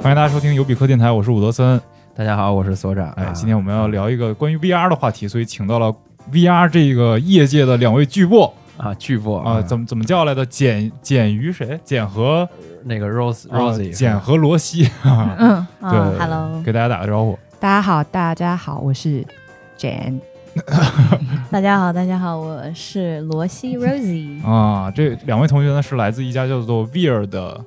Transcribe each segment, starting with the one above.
欢迎大家收听尤比克电台，我是伍德森。 大家好，我是所长。 今天我们要聊一个关于 VR 的话题，所以请到了 VR 这个业界的两位巨擘巨擘怎么叫来的？简于谁？简和那个 Rosie， 简和罗西对 ，Hello， 给大家打个招呼。 大家好，我是 Jane。大家好，我是罗西 Rosie。 这两位同学呢是来自一家叫做 VR 的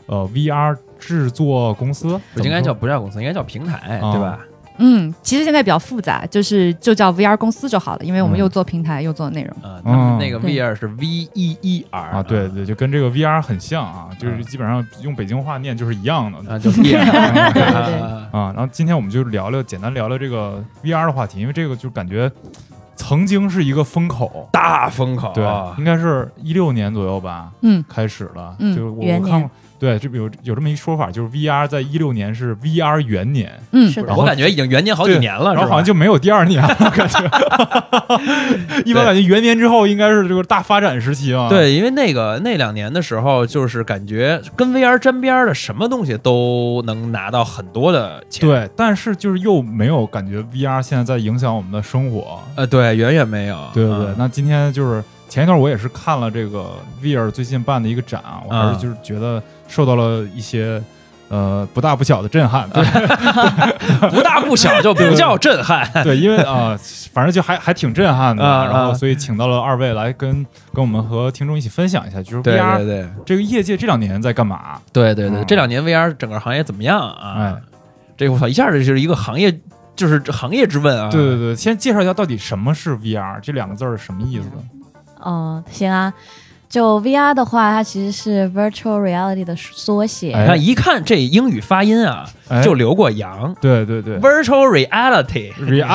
VR 制作公司， 应该叫不叫公司，应该叫平台，对吧？ 其实现在比较复杂，就叫 VR 公司就好了，因为我们又做平台又做内容。 他们那个 VR 是 VEER 对，就跟这个 VR 很像啊，就是基本上用北京话念就是一样的就 VR 然后今天我们就简单聊聊这个 VR 的话题，因为这个就感觉曾经是一个大风口， 对，应该是16年左右吧，开始了，就是我看过。对，这有这么一说法，就是 VR 在16年是 VR 元年， 是的， 我感觉已经元年好几年了， 然后好像就没有第二年了，感觉。一般感觉元年之后应该是这个大发展时期啊。 对，因为那2年的时候，就是感觉跟 VR 沾边的什么东西都能拿到很多的钱。 对，但是就是又没有感觉 VR 现在在影响我们的生活。 对，远远没有。 对，那今天就是前一段我也是看了这个 VR 最近办的一个展，我还是就是觉得受到了一些不大不小的震撼。对不大不小就不叫震撼。 对，因为反正就还挺震撼的。然后所以请到了二位来跟我们和听众一起分享一下，就是 VR 对这个业界这2年在干嘛？ 对，这2年 VR 整个行业怎么样啊？这我操，一下就是一个行业。就是行业之问啊！ 对，先介绍一下到底什么是 VR 这2个字是什么意思的？行啊，就 VR 的话，它其实是 Virtual Reality 的缩写。 一看这英语发音啊，就留过洋。 对 ，Virtual Reality，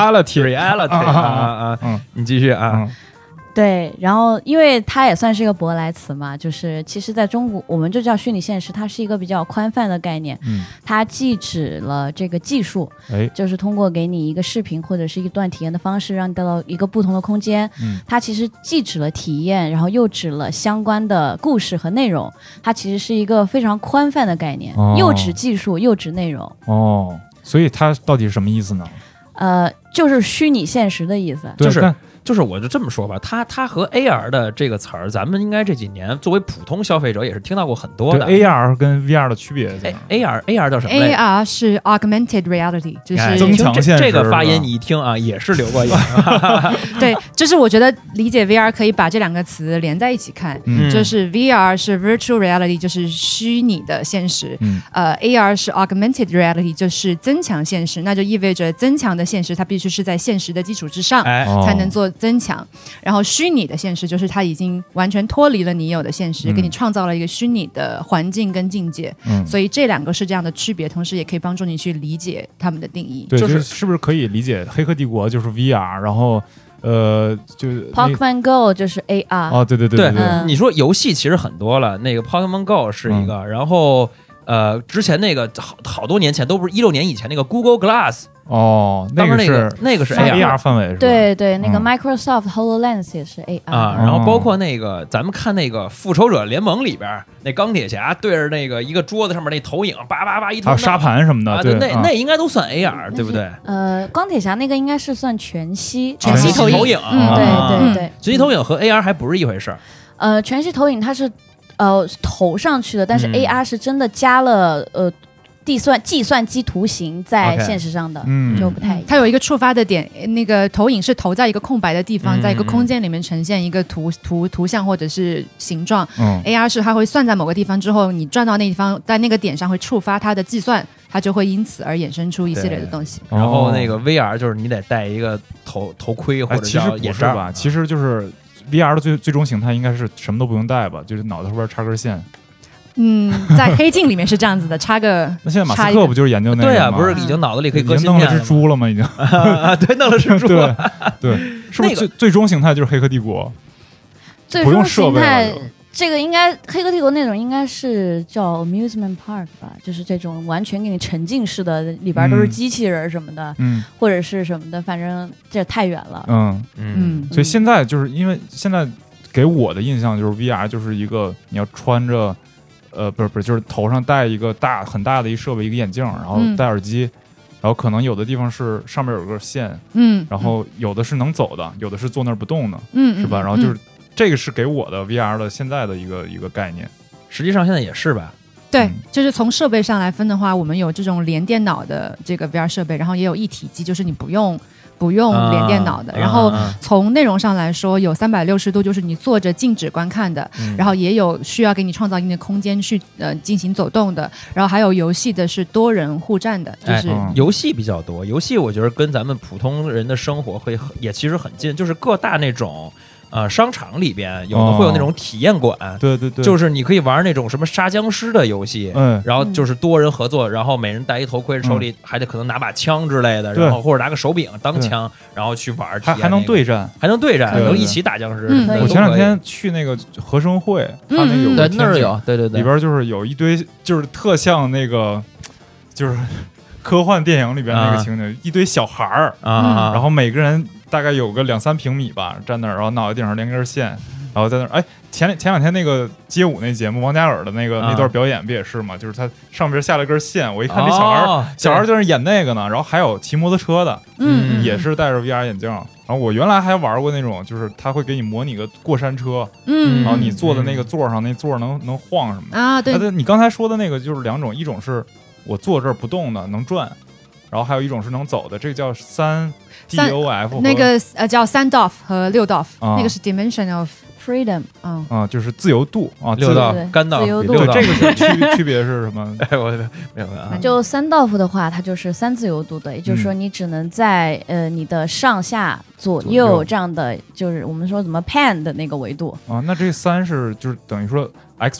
你继续啊。 对，然后因为它也算是一个舶来词嘛，就是其实在中国我们就叫虚拟现实，它是一个比较宽泛的概念。它既指了这个技术，就是通过给你一个视频或者是一段体验的方式，让你带到一个不同的空间。它其实既指了体验，然后又指了相关的故事和内容。它其实是一个非常宽泛的概念，又指技术又指内容。 所以它到底是什么意思呢？ 就是虚拟现实的意思。 就是我就这么说吧，它和 AR 的这个词儿，咱们应该这几年作为普通消费者也是听到过很多的。 AR 跟 VR 的区别 ，AR 叫什么 ？AR 是 Augmented Reality， 就是增强现实。 这个发音你一听啊，也是留过洋。 对，就是我觉得理解 VR 可以把这2个词连在一起看，就是 VR 是 Virtual Reality， 就是虚拟的现实，AR 是 Augmented Reality， 就是增强现实，那就意味着增强的现实它必须是在现实的基础之上才能做增强，然后虚拟的现实就是它已经完全脱离了你有的现实，给你创造了一个虚拟的环境跟境界。所以这2个是这样的区别，同时也可以帮助你去理解他们的定义。 对，是不是可以理解《黑客帝国》就是 VR， 然后就 Pokemon Go 就是 AR。 对， 你说游戏其实很多了，那个 Pokemon Go 是一个，然后之前那个好多年前都不是16年以前那个 Google Glass。那个是 AR 范围是吧？ 对，那个 Microsoft HoloLens 也是 AR 然后包括那个咱们看那个复仇者联盟里边那钢铁侠对着那个一个桌子上面那投影叭一通， 还有沙盘什么的， 那应该都算 AR， 对不对？ 钢铁侠那个应该是算全息投影。 对， 全息投影和 AR 还不是一回事。 全息投影它是投上去的，但是 AR 是真的加了计算机图形在现实上的，就不太一样。它有一个触发的点，那个投影是投在一个空白的地方，在一个空间里面呈现一个图像或者是形状。AR 是它会算在某个地方之后，你转到那地方，在那个点上会触发它的计算，它就会因此而衍生出一系列的东西。 然后那个 VR 就是你得戴一个头盔或者叫眼罩吧，其实就是 VR 的最终形态应该是什么都不用戴吧，就是脑袋后边插根线。 在黑镜里面是这样子的，插个。 那现在马斯克不就是研究那个吗？ 对啊，不是已经脑子里可以搁芯片弄了只猪了吗？已经对，弄了只猪。 对，是不是最终形态就是黑客帝国？ 最终形态这个应该黑客帝国那种应该是叫 amusement park 吧，就是这种完全给你沉浸式的，里边都是机器人什么的，或者是什么的，反正这太远了。 所以现在就是因为现在给我的印象就是 VR 就是一个你要穿着不是，就是头上戴一个很大的一设备，一个眼镜，然后戴耳机，然后可能有的地方是上面有个线，然后有的是能走的，有的是坐那儿不动的，是吧？然后就是这个是给我的 VR 的现在的一个概念， 实际上现在也是吧。 对，就是从设备上来分的话，我们有这种连电脑的这个 VR 设备，然后也有一体机，就是你不用连电脑的。然后从内容上来说，有360度，就是你坐着静止观看的，然后也有需要给你创造一定的空间去进行走动的，然后还有游戏的是多人互战的，就是游戏比较多。游戏我觉得跟咱们普通人的生活也其实很近，就是各大那种。商场里边有的会有那种体验馆， 对对对， 就是你可以玩那种什么杀僵尸的游戏，然后就是多人合作，然后每人戴一头盔，手里还得可能拿把枪之类的，然后或者拿个手柄当枪，然后去玩， 还能对战， 能一起打僵尸。 我前两天去那个合生汇，他那有对那儿有，对对对， 里边就是有一堆，就是特像那个，就是科幻电影里边那个情景，一堆小孩儿啊，然后每个人大概有个2-3平米吧，站那儿，然后脑袋顶上连根线，然后在那儿。哎，前两天那个街舞那节目，王嘉尔的那段表演不也是吗？就是他上边下了根线，我一看这小孩就在那演那个呢，然后还有骑摩托车的，也是戴着 VR 眼镜。然后我原来还玩过那种，就是他会给你模拟个过山车，然后你坐的那个座上，那座能晃什么的啊？对， 你刚才说的那个就是两种，一种是我坐这儿不动的能转，然后还有一种是能走的，这个叫3DOF， 那个叫3DOF 和6DOF，那个是 Dimension of Freedom， 就是自由度啊 ，6DOF干到自由度， 对，这个是区别是什么？ 哎，我没有啊。 就3DOF的话，它就是3自由度的，也就是说你只能在你的上下左右这样的，就是我们说怎么 pan 的那个维度啊。那这3是就是等于说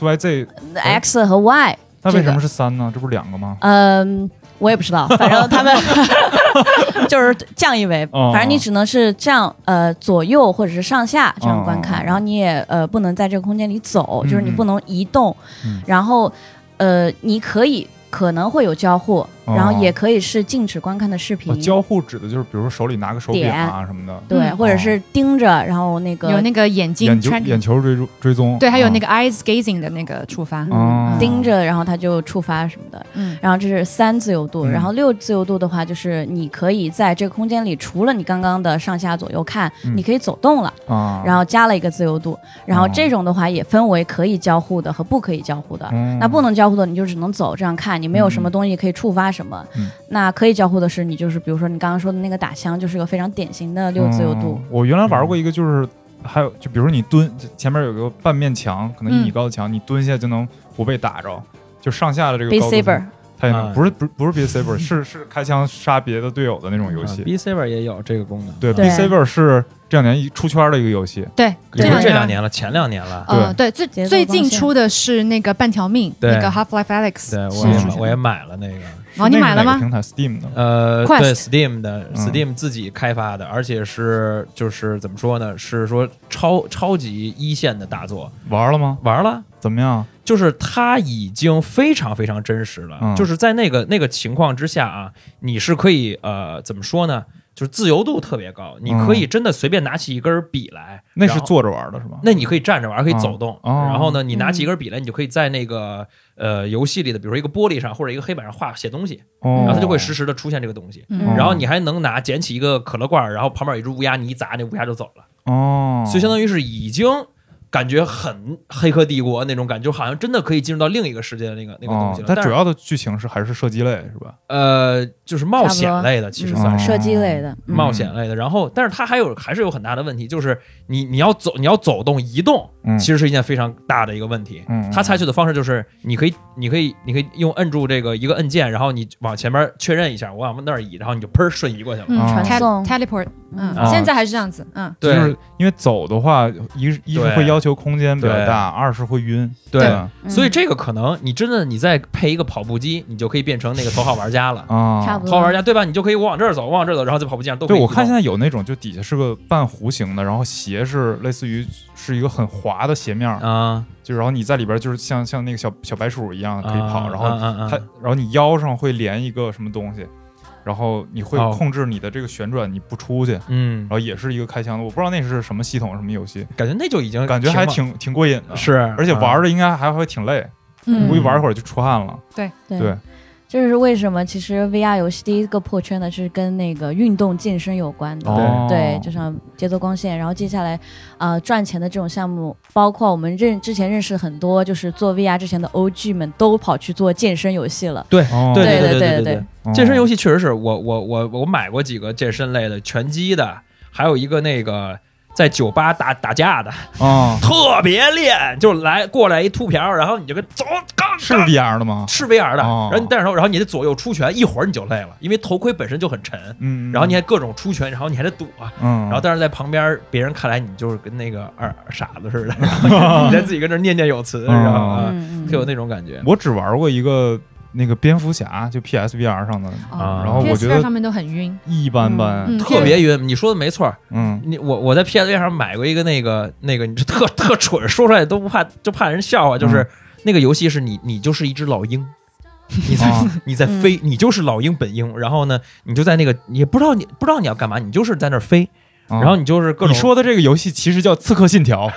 XYZ，X 和 Y。 那为什么是3呢？这不是2个吗？ 我也不知道，反正他们就是降一维，反正你只能是这样左右或者是上下这样观看，然后你也不能在这个空间里走，就是你不能移动，然后你可能会有交互，然后也可以是静止观看的视频。 交互指的就是比如说手里拿个手柄啊什么的， 对，或者是盯着，然后那个有那个眼球追踪， 对，还有那个 eyes gazing 的那个触发， 盯着，然后它就触发什么的。然后这是3自由度，然后6自由度的话，就是你可以在这个空间里，除了你刚刚的上下左右看，你可以走动了，然后加了一个自由度。然后这种的话也分为可以交互的和不可以交互的。那不能交互的，你就只能走这样看，你没有什么东西可以触发什么。那可以交互的是，你就是比如说你刚刚说的那个打枪，就是个非常典型的6自由度。 我原来玩过一个，就是还有就比如说你蹲，前面有个半面墙，可能1米高的墙，你蹲下就能不被打着，就上下的这个高度。它也能不是 Beat Saber， 是开枪杀别的队友的那种游戏。 Beat Saber 也有这个功能。 对 ，Beat Saber 是这2年出圈的一个游戏。 对， 也不是这2年了，前2年了。 对，最近出的是那个半条命，那个 Half-Life Alyx。 对，我也买了那个。 哦，你买了吗？ 平台 Steam 的。 对 Steam 的 ，Steam 自己开发的，而且是就是怎么说呢？是说超级一线的大作。 玩了吗？ 玩了， 怎么样？ 就是它已经非常非常真实了。就是在那个情况之下啊，你是可以怎么说呢？就是自由度特别高，你可以真的随便拿起一根笔来。 那是坐着玩的是吧？ 那你可以站着玩，可以走动。然后呢，你拿起一根笔来，你就可以在那个游戏里的，比如说一个玻璃上或者一个黑板上写东西，然后它就会实时的出现这个东西。然后你还能捡起一个可乐罐，然后旁边有一只乌鸦，你一砸，那乌鸦就走了。所以相当于是已经感觉很黑客帝国那种感觉，就好像真的可以进入到另一个世界的那个东西了。 它主要的剧情还是射击类是吧？ 就是冒险类的，其实算是射击类的、 冒险类的。然后，但是它还是有很大的问题，就是你要走动移动，其实是一件非常大的一个问题。它采取的方式就是你可以用摁住这个一个按键，然后你往前面确认一下，我往那儿移，然后你就砰瞬移过去了。 传送 teleport， 现在还是这样子。 对，就是因为走的话，一是会要求空间比较大，二是会晕。 对，所以这个可能你再配一个跑步机，你就可以变成那个头号玩家了差不多。 头号玩家对吧？你就可以我往这儿走，然后在跑步机上都可以。 对，我看现在有那种就底下是个半弧形的，然后鞋是类似于是一个很滑的鞋面就然后你在里边就是像那个小白鼠一样可以跑，然后你腰上会连一个什么东西。然后你会控制你的这个旋转，你不出去，然后也是一个开枪的，我不知道那是什么系统，什么游戏， 感觉那就已经感觉还挺过瘾的， 是， 而且玩的应该还会挺累。 估计玩一会儿就出汗了。 对。这就是为什么其实 VR 游戏第一个破圈的是跟那个运动健身有关的，对，就像节奏光线。然后接下来赚钱的这种项目，包括我们之前认识很多就是做 VR 之前的 OG 们都跑去做健身游戏了。 对，健身游戏确实是我买过几个健身类的，拳击的，还有一个那个在酒吧打架的，特别练，就过来一秃瓢，然后你就跟走， 是 VR 的吗？ 是 VR 的，然后你戴上头，然后你得左右出拳，一会儿你就累了，因为头盔本身就很沉，然后你还各种出拳，然后你还得躲，然后但是在旁边别人看来你就是跟那个傻子似的，然后你在自己跟这念念有词，然后就有那种感觉。 我只玩过一个。那个蝙蝠侠就 PSVR 上的然后我觉得 PSVR 上面都很晕， 一般般， 特别晕。你说的没错，我在 PSVR 上买过一个那个，你这特蠢，说出来都不怕，就怕人笑话。就是那个游戏是你就是一只老鹰，你在飞，你就是老鹰本鹰。然后呢，你就在那个你不知道你要干嘛，你就是在那儿飞。然后你就是各种， 你说的这个游戏其实叫《刺客信条》，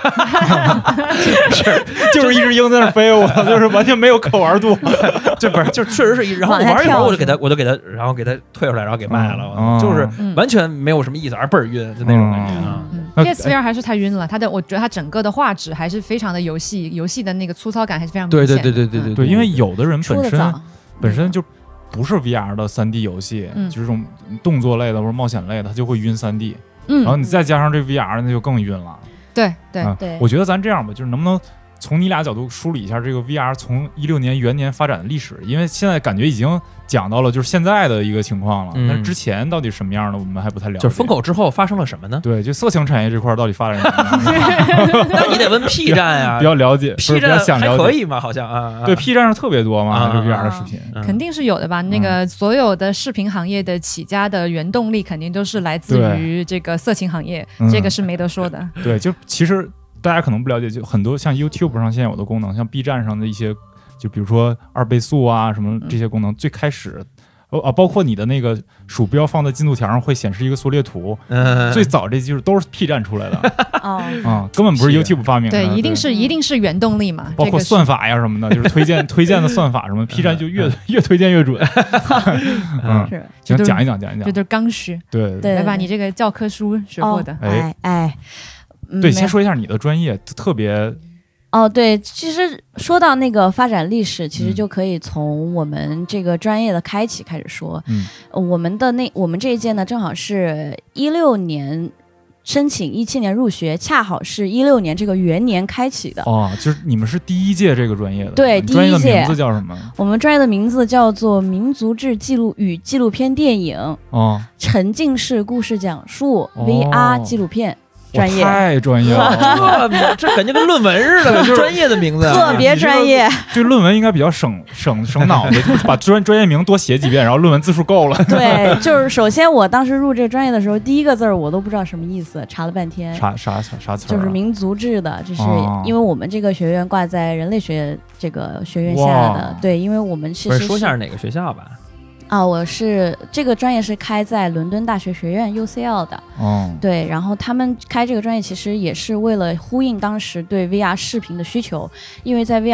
就是一只鹰在那飞，我就是完全没有可玩度， 就确实是。然后我玩一会儿，我就给他，然后给他退出来，然后给卖了，就是完全没有什么意思，而倍儿晕，就那种感觉啊。 PSVR 还是太晕了，我觉得它整个的画质还是非常的游戏的那个粗糙感还是非常明显的。对，因为有的人本身就不是 VR 的3D 游戏，就是这种动作类的或者冒险类的，它就会晕3D。然后你再加上这 VR 那就更晕了。 对， 我觉得咱这样吧，就是能不能从你俩角度梳理一下这个 VR 从16年元年发展的历史，因为现在感觉已经讲到了就是现在的一个情况了，但是之前到底什么样的我们还不太了解。 就是风口之后发生了什么呢？ 对，就色情产业这块到底发展什么样？ 那你得问 P 站呀， 比较了解 ，P 站还可以吗？好像对 P 站上特别多嘛，这 VR 的视频肯定是有的吧？那个所有的视频行业的起家的原动力肯定都是来自于这个色情行业，这个是没得说的。 对，就其实。大家可能不了解，就很多像 YouTube 上现在有的功能，像 B 站上的一些，就比如说2倍速啊什么这些功能，最开始包括你的那个鼠标放在进度条上会显示一个缩略图，最早这技术都是 P 站出来的，根本不是 YouTube 发明的。 对，一定是原动力嘛。 包括算法呀什么的，就是推荐的算法什么，P 站就越推荐越准。 是， 行，讲一讲， 这就是刚需。 对， 来把你这个教科书学过的， 对，先说一下你的专业特别。 对，其实说到那个发展历史，其实就可以从我们这个专业的开启开始说。我们这一届呢，正好是16年申请，17年入学，恰好是16年这个元年开启的。 就是你们是第一届这个专业的。 对，第一届。专业的名字叫什么？ 我们专业的名字叫做民族志记录与纪录片电影沉浸式故事讲述 VR 纪录片。专业太专业了， 这感觉跟论文似的，就是专业的名字， 特别专业。 这论文应该比较省脑子，就是把专业名多写几遍，然后论文字数够了。 对，就是首先我当时入这个专业的时候，第一个字我都不知道什么意思，查了半天。 啥词？ 就是民族志的，这是因为我们这个学院挂在人类学这个学院下的。对，因为我们其实说一下哪个学校吧。 我是这个专业是开在伦敦大学学院 UCL 的。对，然后他们开这个专业其实也是为了呼应当时对 VR 视频的需求，因为在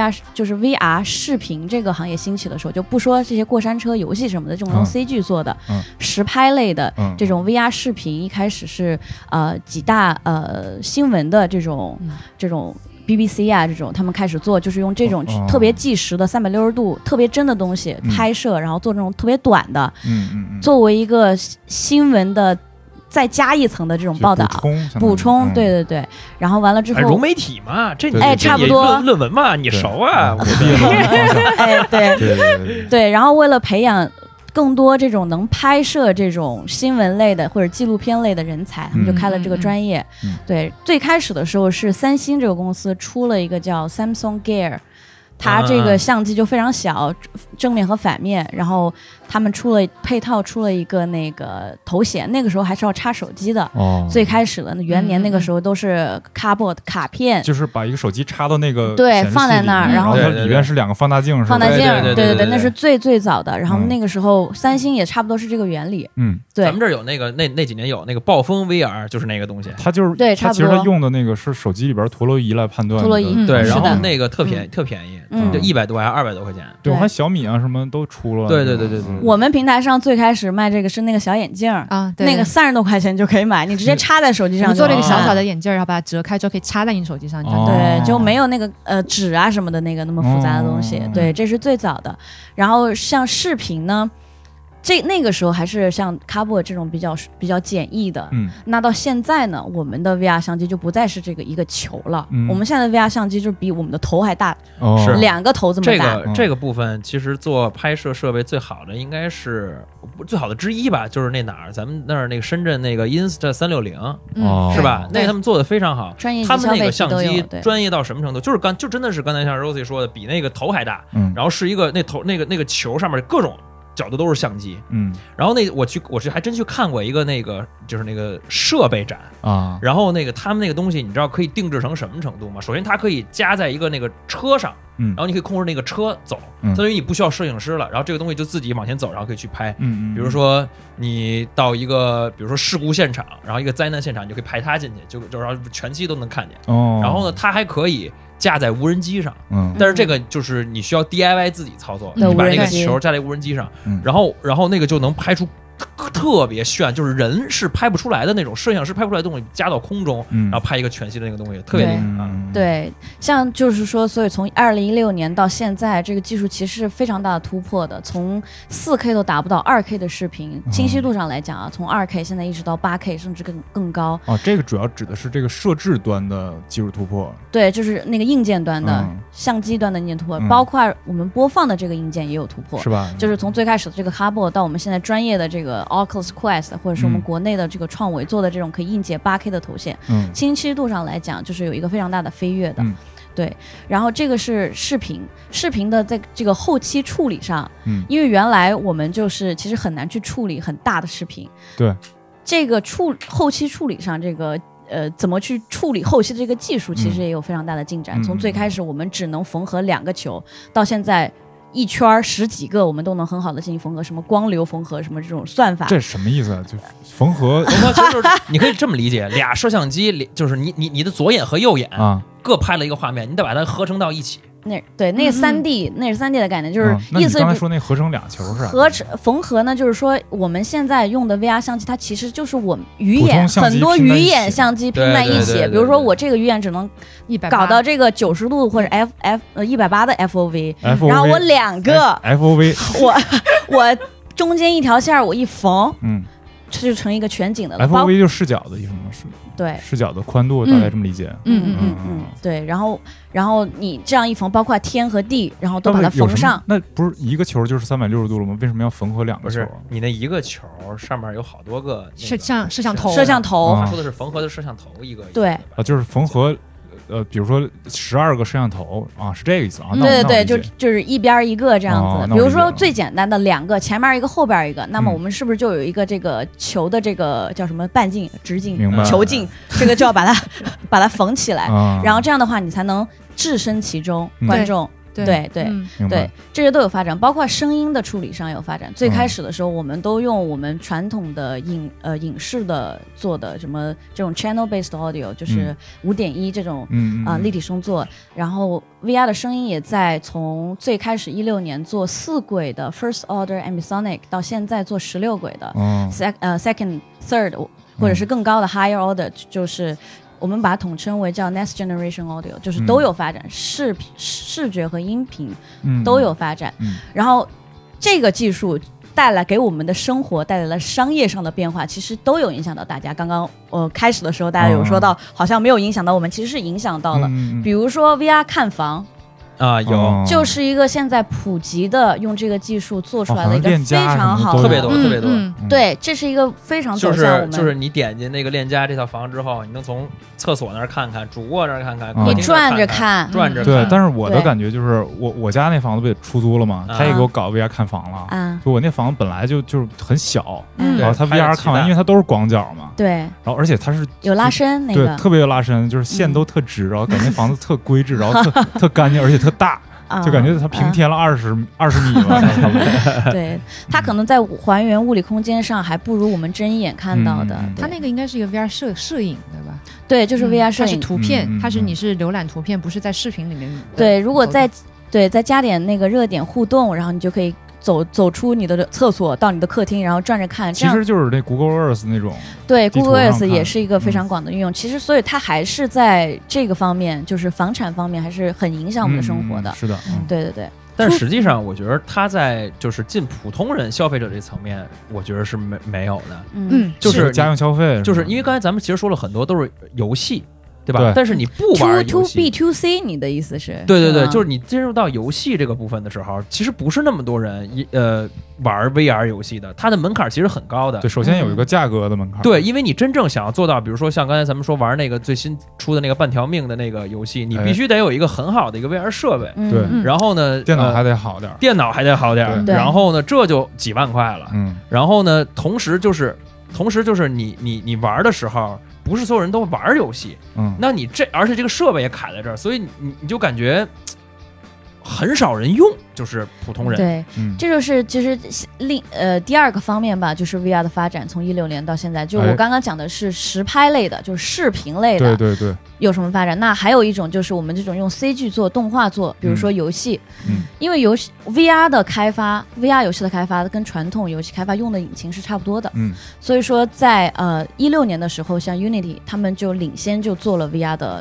VR 视频这个行业兴起的时候，就不说这些过山车游戏什么的，这种用 CG 做的实拍类的这种 VR 视频，一开始是几大新闻的这种BBC 啊，这种他们开始做，就是用这种特别纪实的360度特别真的东西拍摄，然后做这种特别短的，作为一个新闻的再加一层的这种报道补充，对，然后完了之后融媒体嘛，这差不多论文嘛，你熟啊？ 对，然后为了培养更多这种能拍摄这种新闻类的或者纪录片类的人才，他们就开了这个专业。对，最开始的时候是三星这个公司出了一个叫 Samsung Gear， 它这个相机就非常小，正面和反面，然后他们配套出了一个那个头显，那个时候还是要插手机的。最开始的元年那个时候都是 cardboard 卡片， 就是把一个手机插到那个对放在那儿，然后它里边是2个放大镜， 对，那是最早的。然后那个时候三星也差不多是这个原理。对， 咱们这儿有那个那几年有那个暴风 VR， 就是那个东西， 它就是对，差不多。 其实它用的那个是手机里边陀螺仪来判断。 陀螺仪对，然后那个特便宜。 就100多还是200多块钱。 对，我看小米啊什么都出了。 对， 我们平台上最开始卖这个是那个小眼镜啊，那个30多块钱就可以买，你直接插在手机上。 做了一个小小的眼镜，然后把它折开，就可以插在你手机上。 对，就没有那个纸啊什么的那个那么复杂的东西。对，这是最早的。然后像视频呢？那个时候还是像 Cardboard 这种比较简易的，那到现在呢，我们的 VR 相机就不再是这个一个球了，我们现在的 VR 相机就比我们的头还大，是2个头这么大。 这个部分其实做拍摄设备最好的应该是最好的之一吧，就是那哪儿，咱们那儿那个深圳那个 Insta360，是吧？那他们做的非常好， 专业他们那个相机专业到什么程度？就真的是刚才像 Rosie 说的，比那个头还大，然后是一个那头那个球上面各种角度都是相机，然后我去还真去看过一个那个就是那个设备展啊，然后那个他们那个东西你知道可以定制成什么程度吗？首先它可以加在一个那个车上，然后你可以控制那个车走，相当于你不需要摄影师了，然后这个东西就自己往前走，然后可以去拍，比如说你到一个比如说事故现场，然后一个灾难现场，你就可以拍它进去，就然后全期都能看见，然后呢它还可以架在无人机上，但是这个就是你需要 DIY 自己操作，你把那个球架在无人机上，然后那个就能拍出特别炫，就是人是拍不出来的那种，摄像师拍不出来的东西加到空中，然后拍一个全息的那个东西，特别厉害啊。 对，像就是说，所以从2016年到现在，这个技术其实是非常大的突破的，从4K 都达不到2K 的视频清晰度上来讲啊，从2K 现在一直到8K 甚至更高。 这个主要指的是这个摄制端的技术突破。 对，就是那个硬件端的，相机端的硬件突破，包括我们播放的这个硬件也有突破， 是吧？ 就是从最开始的这个 Cardboard 到我们现在专业的这个 Oculus Quest， 或者是我们国内的这个创维做的这种可以硬解8K 的头显，清晰度上来讲就是有一个非常大的飞跃的。对，然后这个是视频的在这个后期处理上，因为原来我们就是其实很难去处理很大的视频， 对， 这个后期处理上这个怎么去处理后期的这个技术，其实也有非常大的进展。从最开始我们只能缝合2个球，到现在一圈10几个我们都能很好的进行缝合，什么光流缝合，什么这种算法。 这什么意思啊？就缝合其实就是你可以这么理解，俩摄像机就是你的左眼和右眼啊，各拍了一个画面，你得把它合成到一起。 对，那是 3D，那是 3D 的概念，就是意思。 你刚才说那合成2球是缝合呢，就是说我们现在用的 VR 相机，它其实就是我们鱼眼很多鱼眼相机拼在一起。比如说我这个鱼眼只能搞到这个90度或者 180的 FOV， 然后我2个 FOV， 我中间一条线我一缝，这就成一个全景的了。 FOV 就是视角的意思吗？是。 对， 视角的宽度大概这么理解。 对，然后你这样一缝，包括天和地，然后都把它缝上。 那不是一个球就是360度了吗？为什么要缝合2个球？ 不是，你那一个球上面有好多个摄像头。 他说的是缝合的摄像头一个。 对啊，就是缝合。比如说12个摄像头啊，是这个意思啊？ 对，就是一边一个这样子。比如说最简单的2个，前面一个，后边一个，那么我们是不是就有一个这个球的这个叫什么半径、直径、球径，这个就要把它缝起来，然后这样的话你才能置身其中，观众。对，这些都有发展，包括声音的处理上有发展。最开始的时候，我们都用我们传统的影视的做的什么这种 channel based audio， 就是5.1这种立体声做。然后 VR 的声音也在从最开始16年做4轨的 first order ambisonic， 到现在做16轨的second third 或者是更高的 higher order， 就是我们把它统称为叫 next generation audio， 就是都有发展，视觉和音频都有发展。然后这个技术带来给我们的生活带来了商业上的变化，其实都有影响到大家。刚刚开始的时候大家有说到好像没有影响到我们，其实是影响到了。比如说 VR 看房啊，有， 就是一个现在普及的用这个技术做出来的一个非常好的， 特别多。 对，这是一个非常走向我们就是你点进那个链家这套房之后，你能从厕所那儿看看，主卧那儿看看， 你转着看。 对，但是我的感觉就是我家那房子不也出租了吗？他也给我搞 VR 看房了。就我那房子本来就是很小，然后他 VR 看完，因为它都是广角嘛。 对。 然后而且它是有拉伸那个， 对，特别有拉伸，就是线都特直，然后感觉房子特规制，然后特干净，而且特大。就感觉它平贴了20米了。 对，它可能在还原物理空间上还不如我们睁眼看到的。 它那个应该是一个 VR 摄影，对吧？ 对，就是 VR 摄影， 它是图片，你是浏览图片，不是在视频里面。 对，如果在对，再加点那个热点互动，然后你就可以走出你的厕所到你的客厅，然后转着看。 其实就是那 Google Earth 那种。 对 ，Google Earth 也是一个非常广的运用。其实，所以它还是在这个方面，就是房产方面，还是很影响我们的生活的。 是的， 对对对。 但实际上，我觉得它在就是进普通人消费者这层面，我觉得是没有的。就是家用消费， 就是因为刚才咱们其实说了很多都是游戏。对吧？但是你不玩游戏 ，to B to C， 你的意思是？ 对，就是你进入到游戏这个部分的时候，其实不是那么多人玩 VR 游戏的，它的门槛其实很高的。 对，首先有一个价格的门槛。 对，因为你真正想要做到，比如说像刚才咱们说玩那个最新出的那个半条命的那个游戏，你必须得有一个很好的一个 VR 设备。 对， 然后呢， 电脑还得好点， 然后呢，这就几万块了。然后呢，同时就是你玩的时候。不是所有人都玩游戏，那你而且这个设备也卡在这儿，所以你就感觉很少人用，就是普通人。 对，这就是其实第二个方面吧，就是 VR 的发展，从16年到现在，就我刚刚讲的是实拍类的，就是视频类的， 对， 有什么发展？那还有一种就是我们这种用 CG 做动画做，比如说游戏，因为游戏 VR 的开发 ，VR 游戏的开发跟传统游戏开发用的引擎是差不多的，所以说在16年的时候，像 Unity 他们就领先就做了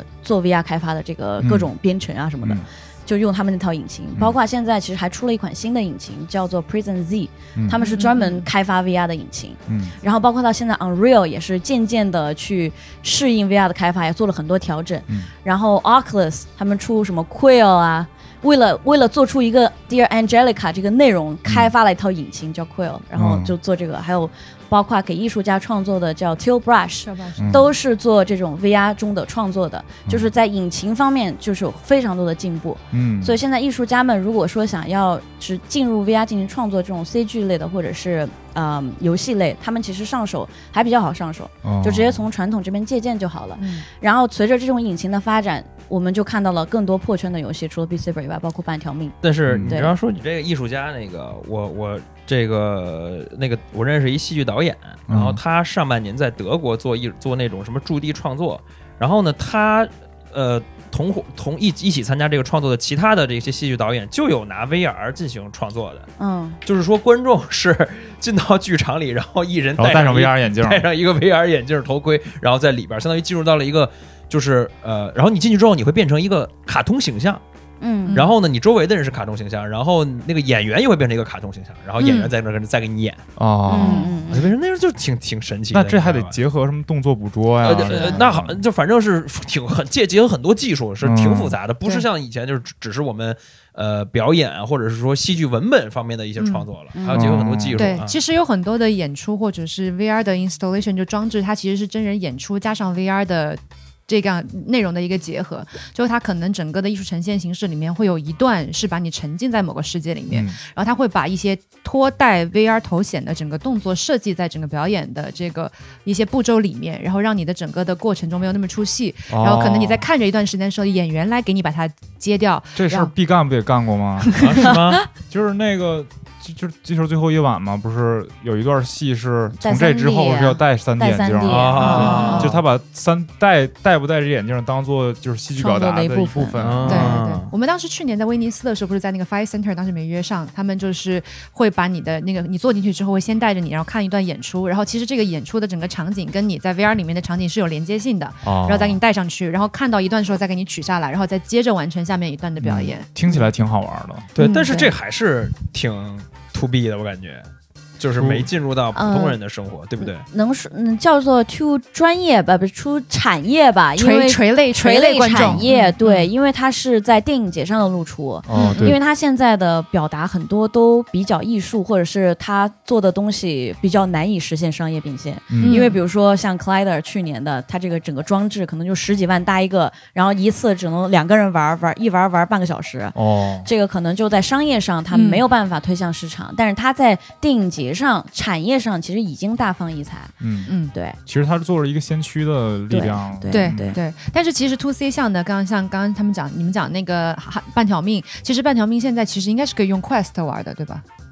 VR 开发的这个各种编程啊什么的。就用他们那套引擎，包括现在其实还出了一款新的引擎，叫做 Prism Z，他们是专门开发 VR 的引擎。然后包括到现在 Unreal 也是渐渐的去适应 VR 的开发，也做了很多调整。然后 Oculus 他们出什么 Quail 啊，为了做出一个 Dear Angelica 这个内容，开发了一套引擎叫 Quail，然后就做这个，还有。包括给艺术家创作的叫 Teal Brush， 都是做这种 VR 中的创作的，就是在引擎方面就是有非常多的进步。所以现在艺术家们如果说想要是进入 VR 进行创作这种 CG 类的或者是游戏类，他们其实上手还比较好上手，就直接从传统这边借鉴就好了。然后随着这种引擎的发展，我们就看到了更多破圈的游戏，除了 Beat Saber 以外，包括半条命。 但是你要说你这个艺术家那个，我这个那个我认识一戏剧导演，然后他上半年在德国做那种什么驻地创作，然后呢他一起参加这个创作的其他的这些戏剧导演就有拿 VR 进行创作的。就是说观众是进到剧场里，然后一人戴上 VR 眼镜， 戴上一个 VR 眼镜头盔，然后在里边相当于进入到了一个就是然后你进去之后你会变成一个卡通形象。然后呢，你周围的人是卡通形象，然后那个演员也会变成一个卡通形象，然后演员在那儿再给你演。为什么那时候就挺神奇的？ 那这还得结合什么动作捕捉呀？ 那好，就反正是结合很多技术，是挺复杂的，不是像以前就是只是我们表演或者是说戏剧文本方面的一些创作了，还要结合很多技术。 对，其实有很多的演出或者是 VR 的 installation 就装置，它其实是真人演出加上 VR 的。这个内容的一个结合，就是它可能整个的艺术呈现形式里面会有一段是把你沉浸在某个世界里面，然后它会把一些拖带 VR 头显的整个动作设计在整个表演的这个一些步骤里面，然后让你的整个的过程中没有那么出戏，然后可能你在看着一段时间的时候，演员来给你把它接掉。 这事儿必干不也干过吗？ 是吗？ 就是那个。就是地球最后一晚嘛，不是有一段戏是从这之后是要戴3D 眼镜啊？就他把戴不戴这眼镜当做就是戏剧表达的一部分。 对，我们当时去年在威尼斯的时候，不是在那个 Fire Center 当时没约上，他们就是会把你的那个你坐进去之后会先带着你，然后看一段演出，然后其实这个演出的整个场景跟你在 VR 里面的场景是有连接性的，然后再给你带上去，然后看到一段的时候再给你取下来，然后再接着完成下面一段的表演。 听起来挺好玩的。 对，但是这还是挺to B 的，我感觉就是没进入到普通人的生活，对不对？ 能说叫做 to 专业吧，不是出产业吧？因为垂类产业，对，因为它是在电影节上的露出，因为它现在的表达很多都比较艺术，或者是他做的东西比较难以实现商业变现。因为比如说像 Collider 去年的，它这个整个装置可能就10几万搭一个，然后一次只能2个人玩半个小时。这个可能就在商业上它没有办法推向市场，但是它在电影节上产业上其实已经大放异彩。对， 其实他是做了一个先驱的力量。 对。但是其实 2C 项的，刚刚他们讲，你们讲那个半条命，其实半条命现在其实应该是可以用 Quest 玩的，对吧？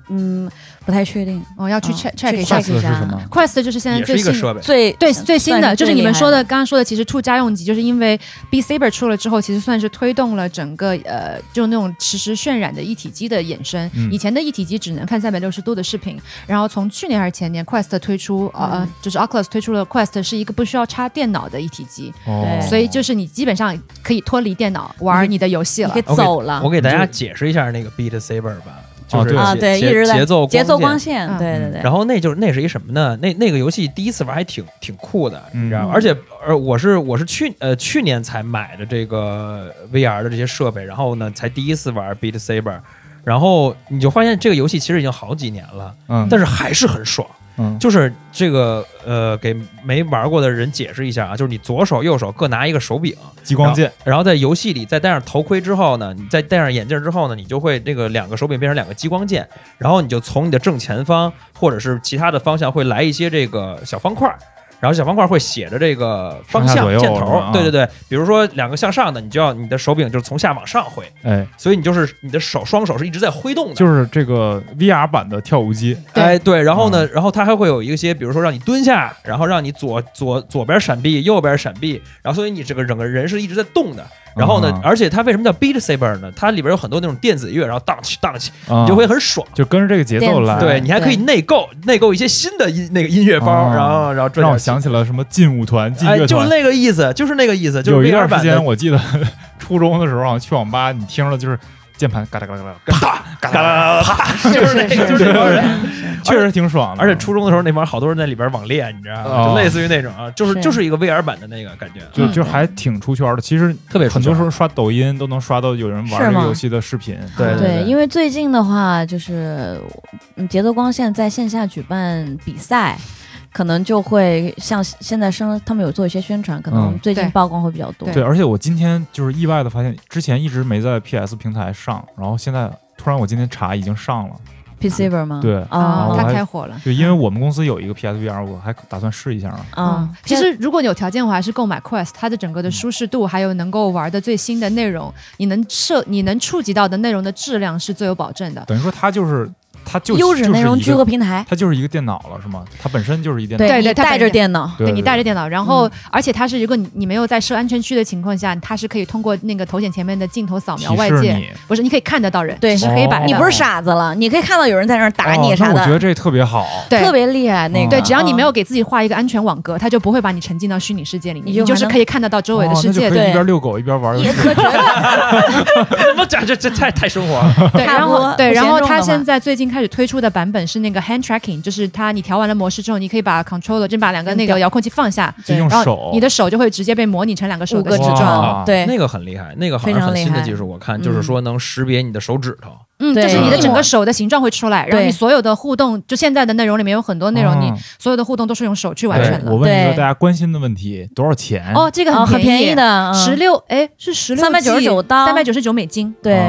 不太确定， 要去 check 一下。Quest 是什么 ？Quest 就是现在最新最新的，就是你们刚刚说的，其实触家用机，就是因为 Beat Saber 出了之后，其实算是推动了整个就那种实时渲染的一体机的衍生。以前的一体机只能看360度的视频，然后从去年还是前年 Quest 推出就是 Oculus 推出了 Quest 是一个不需要插电脑的一体机，所以就是你基本上可以脱离电脑玩你的游戏了， 你可以走了。 我给大家解释一下那个 Beat Saber 吧。就是对，一直在节奏光线，对。 然后那是一什么呢？那个游戏第一次玩还挺酷的，你知道吗？而且我是去年才买的这个 VR 的这些设备，然后呢才第一次玩 Beat Saber， 然后你就发现这个游戏其实已经好几年了，但是还是很爽。就是这个给没玩过的人解释一下啊，就是你左手右手各拿一个手柄激光剑， 然后在游戏里再戴上头盔之后呢，你再戴上眼镜之后呢，你就会这个2个手柄变成2个激光剑，然后你就从你的正前方或者是其他的方向会来一些这个小方块。然后小方块会写着这个方向箭头，对，比如说2个向上的，你就要你的手柄就是从下往上挥，所以你就是你的双手是一直在挥动的， 就是这个 VR 版的跳舞机， 对，然后呢，然后它还会有一些，比如说让你蹲下，然后让你左边闪避，右边闪避，然后所以你这个整个人是一直在动的。然后呢，而且它为什么叫 Beat Saber 呢？它里边有很多那种电子乐，然后荡起，你就会很爽， 就跟着这个节奏来。 对，你还可以内购一些新的那个音乐包，然后让我想起了什么劲舞团、劲乐团， 就是那个意思，就是那个意思。 有一段时间我记得初中的时候去网吧，你听了就是键盘嘎哒嘎哒嘎哒嘎哒啪，就是那个，就是那人， 确实挺爽的。 而且初中的时候那帮好多人在里边网恋，你知道吗？就类似于那种啊，就是一个 VR 版的那个感觉， 就还挺出圈的。其实特别很多时候刷抖音都能刷到有人玩这个游戏的视频。 对，因为最近的话就是节奏光线在线下举办比赛。可能就会像现在他们有做一些宣传，可能最近曝光会比较多。 对，而且我今天就是意外的发现，之前一直没在 PS 平台上，然后现在突然我今天查已经上了。 Beat Saber 吗？ 对， 它开火了。 对，因为我们公司有一个 PSVR， 我还打算试一下呢。其实如果你有条件，我还是购买 Quest， 它的整个的舒适度，还有能够玩的最新的内容，你能触及到的内容的质量是最有保证的。 等于说它就是优质内容聚合平台， 它就是一个电脑了，是吗？它本身就是一电脑， 对，你带着电脑， 对，你带着电脑，然后而且它是如果你没有在设安全区的情况下，它是可以通过那个头显前面的镜头扫描外界，不是你可以看得到人， 对， 是黑白的， 你不是傻子了，你可以看到有人在那儿打你啥的。 我觉得这特别好， 对， 特别厉害那个。 对，只要你没有给自己画一个安全网格，它就不会把你沉浸到虚拟世界里面，你就是可以看得到周围的世界， 对，一边遛狗一边玩游戏。 也可觉得， 怎么这太生活了？ 对，然后它现在最近开始推出的版本是那个 hand tracking， 就是你调完了模式之后，你可以把 controller 就把2个那个遥控器放下， 然后你的手就会直接被模拟成2个手的指状。 对， 那个很厉害，那个好像很新的技术，我看就是说能识别你的手指头。 就是你的整个手的形状会出来，然后你所有的互动，就现在的内容里面有很多内容，你所有的互动都是用手去完成的。 我问一个大家关心的问题，多少钱？ 这个很便宜的 ，16是 399刀 ，399美金，对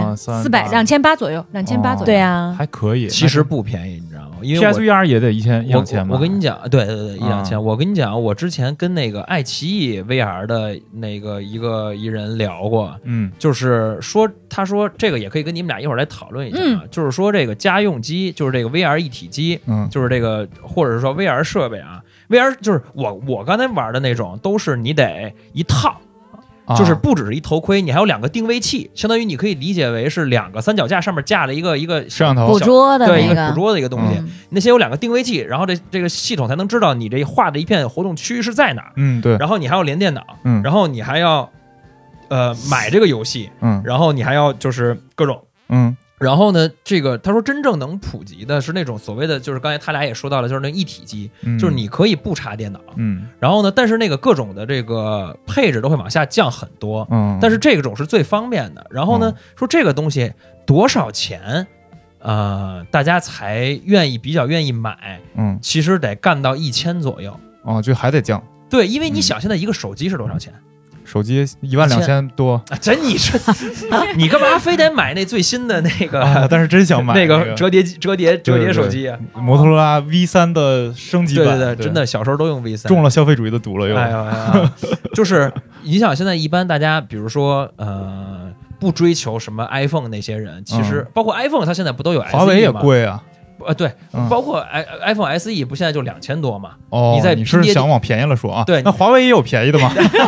，2800左右，2800左右， 对啊， 还可以。 其实不便宜，你知道吗？因为 PSVR 也得1000-2000吧。 我跟你讲，对，1-2000。我跟你讲，我之前跟那个爱奇艺 VR 的那个一人聊过，就是说，他说这个也可以跟你们俩一会儿来讨论一下，就是说这个家用机，就是这个 VR 一体机，就是这个或者是说 VR 设备啊 ，VR 就是我刚才玩的那种，都是你得一套。就是不只是一头盔，你还有2个定位器，相当于你可以理解为是2个三脚架上面架了一个摄像头捕捉的， 对，一个捕捉的一个东西。那些有2个定位器，然后这个系统才能知道你这画的一片活动区是在哪儿。 对。 然后你还要连电脑，然后你还要买这个游戏，然后你还要就是各种，然后呢，这个他说真正能普及的是那种所谓的，就是刚才他俩也说到了，就是那一体机，就是你可以不插电脑，然后呢，但是那个各种的这个配置都会往下降很多，但是这种是最方便的。然后呢，说这个东西多少钱，大家才比较愿意买，其实得干到1000左右， 就还得降。 对，因为你想现在一个手机是多少钱？ 手机12000多， 真你干嘛非得买那最新的那个？ 但是真想买那个折叠手机啊！ 摩托罗拉 V3 的升级版， 对，真的小时候都用 V3， 中了消费主义的毒了又。 就是你想现在一般大家比如说不追求什么 iPhone 那些人，其实包括 iPhone 它现在不都有 SE 吗？ 华为也贵啊。 对，包括iPhone SE 不现在就2000多嘛？ 哦，你是想往便宜了说啊？ 对， 那华为也有便宜的吗？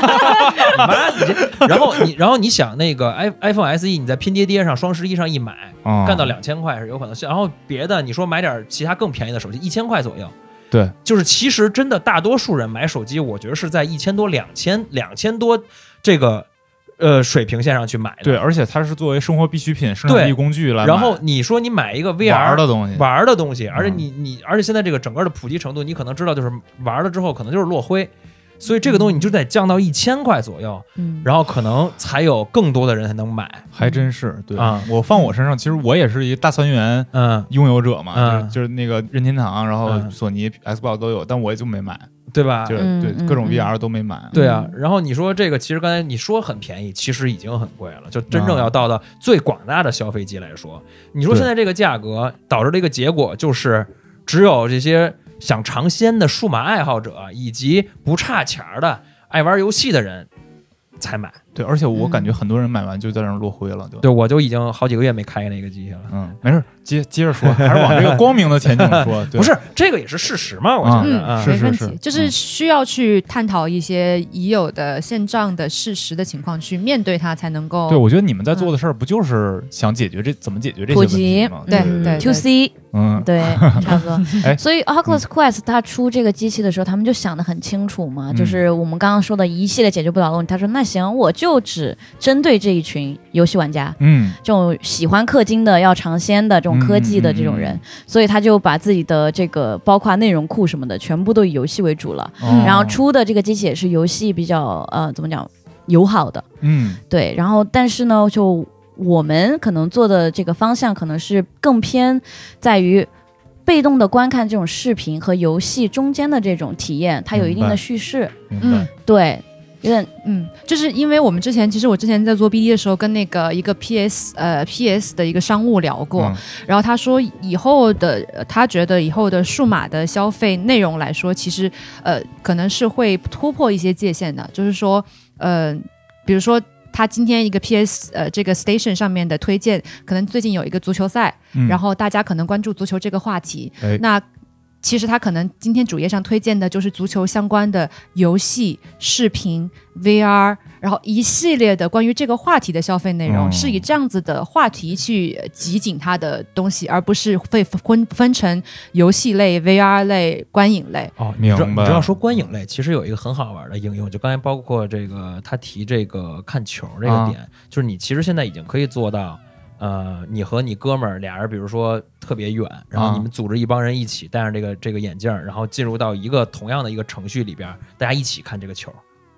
然后你想那个 iPhone SE 你在拼爹爹上双11上一买，干到2000块是有可能。然后别的你说买点其他更便宜的手机，1000块左右。 对， 就是其实真的大多数人买手机，我觉得是在1000多、2000多这个水平线上去买的。 对，而且它是作为生活必需品、生产力工具来买。 然后你说你买一个 VR 玩的东西，而且而且现在这个整个的普及程度，你可能知道，就是玩了之后可能就是落灰。所以这个东西你就得降到1000块左右，然后可能才有更多的人才能买。 还真是，对啊，我放我身上，其实我也是一个大3元拥有者嘛，就是那个任天堂，然后索尼、Xbox 都有，但我也就没买， 对吧？ 就是对各种 VR 都没买。 对啊，然后你说这个，其实刚才你说很便宜，其实已经很贵了。就真正要到最广大的消费级来说，你说现在这个价格导致的一个结果就是，只有这些想尝鲜的数码爱好者以及不差钱的爱玩游戏的人才买。 对，而且我感觉很多人买完就在那儿落灰了。 对，我就已经好几个月没开那个机器了。 没事，接着说，还是往这个光明的前景说。 不是，这个也是事实嘛，我觉得没问题，就是需要去探讨一些已有的现状的事实的情况，去面对它，才能够。 对，我觉得你们在做的事儿不就是想解决怎么解决这些问题吗？ 对 ，to C，对，差不多。所以 Oculus Quest 它出这个机器的时候，他们就想得很清楚嘛，就是我们刚刚说的一系列解决不了的问题。他说，那行，我就只针对这一群游戏玩家，这种喜欢氪金的、要尝鲜的、这种科技的这种人，所以他就把自己的这个包括内容库什么的，全部都以游戏为主了。然后出的这个机器也是游戏比较怎么讲友好的，对。然后但是呢，就我们可能做的这个方向，可能是更偏在于被动的观看这种视频和游戏中间的这种体验，它有一定的叙事，对。有点就是因为我之前在做 BD 的时候，跟那个一个 PS 的一个商务聊过，然后他说他觉得以后的数码的消费内容来说，其实可能是会突破一些界限的，就是说比如说他今天一个 PS 这个 Station 上面的推荐，可能最近有一个足球赛，然后大家可能关注足球这个话题，那其实他可能今天主页上推荐的就是足球相关的游戏、视频、VR， 然后一系列的关于这个话题的消费内容，是以这样子的话题去集锦它的东西，而不是会分成游戏类、VR 类、观影类。 明白。 你知道说观影类其实有一个很好玩的应用，就刚才包括这个他提这个看球这个点，就是你其实现在已经可以做到。你和你哥们儿俩人，比如说特别远，然后你们组织一帮人一起戴上这个眼镜，然后进入到一个同样的一个程序里边，大家一起看这个球。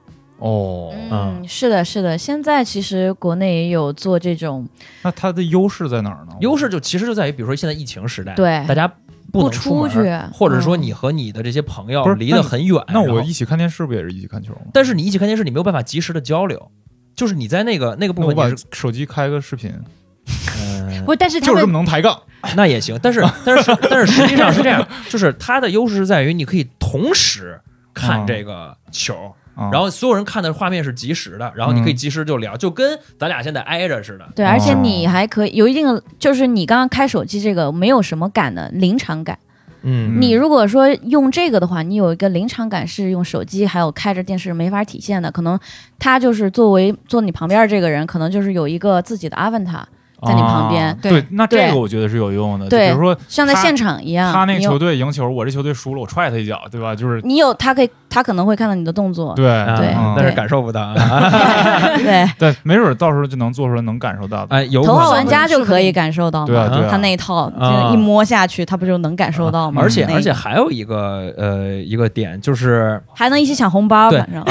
是的，是的。现在其实国内也有做这种。 那它的优势在哪儿呢？ 优势其实就在于，比如说现在疫情时代， 对大家不能出去， 或者说你和你的这些朋友离得很远。 那我一起看电视不也是一起看球吗？ 但是你一起看电视，你没有办法及时的交流，就是你在那个部分， 我把手机开个视频。 不，但是就是这么能抬杠， 那也行。但是实际上是这样，就是它的优势在于你可以同时看这个球，然后所有人看的画面是及时的，然后你可以及时就聊，就跟咱俩现在挨着似的。 对，而且你还可以有一定的，就是你刚刚开手机这个没有什么感的临场感。你如果说用这个的话，你有一个临场感是用手机还有开着电视没法体现的，可能他就是坐你旁边这个人，可能就是有一个自己的 avatar。在你旁边， 对，那这个我觉得是有用的。 对， 比如说像在现场一样， 他那球队赢球，我这球队输了，我踹他一脚，对吧？就是他可能会看到你的动作， 对， 但是感受不到。 对， 没准到时候就能做出来，能感受到。 头号玩家就可以感受到嘛？ 对， 他那一套一摸下去，他不就能感受到吗？ 而且还有一个点就是还能一起抢红包，反正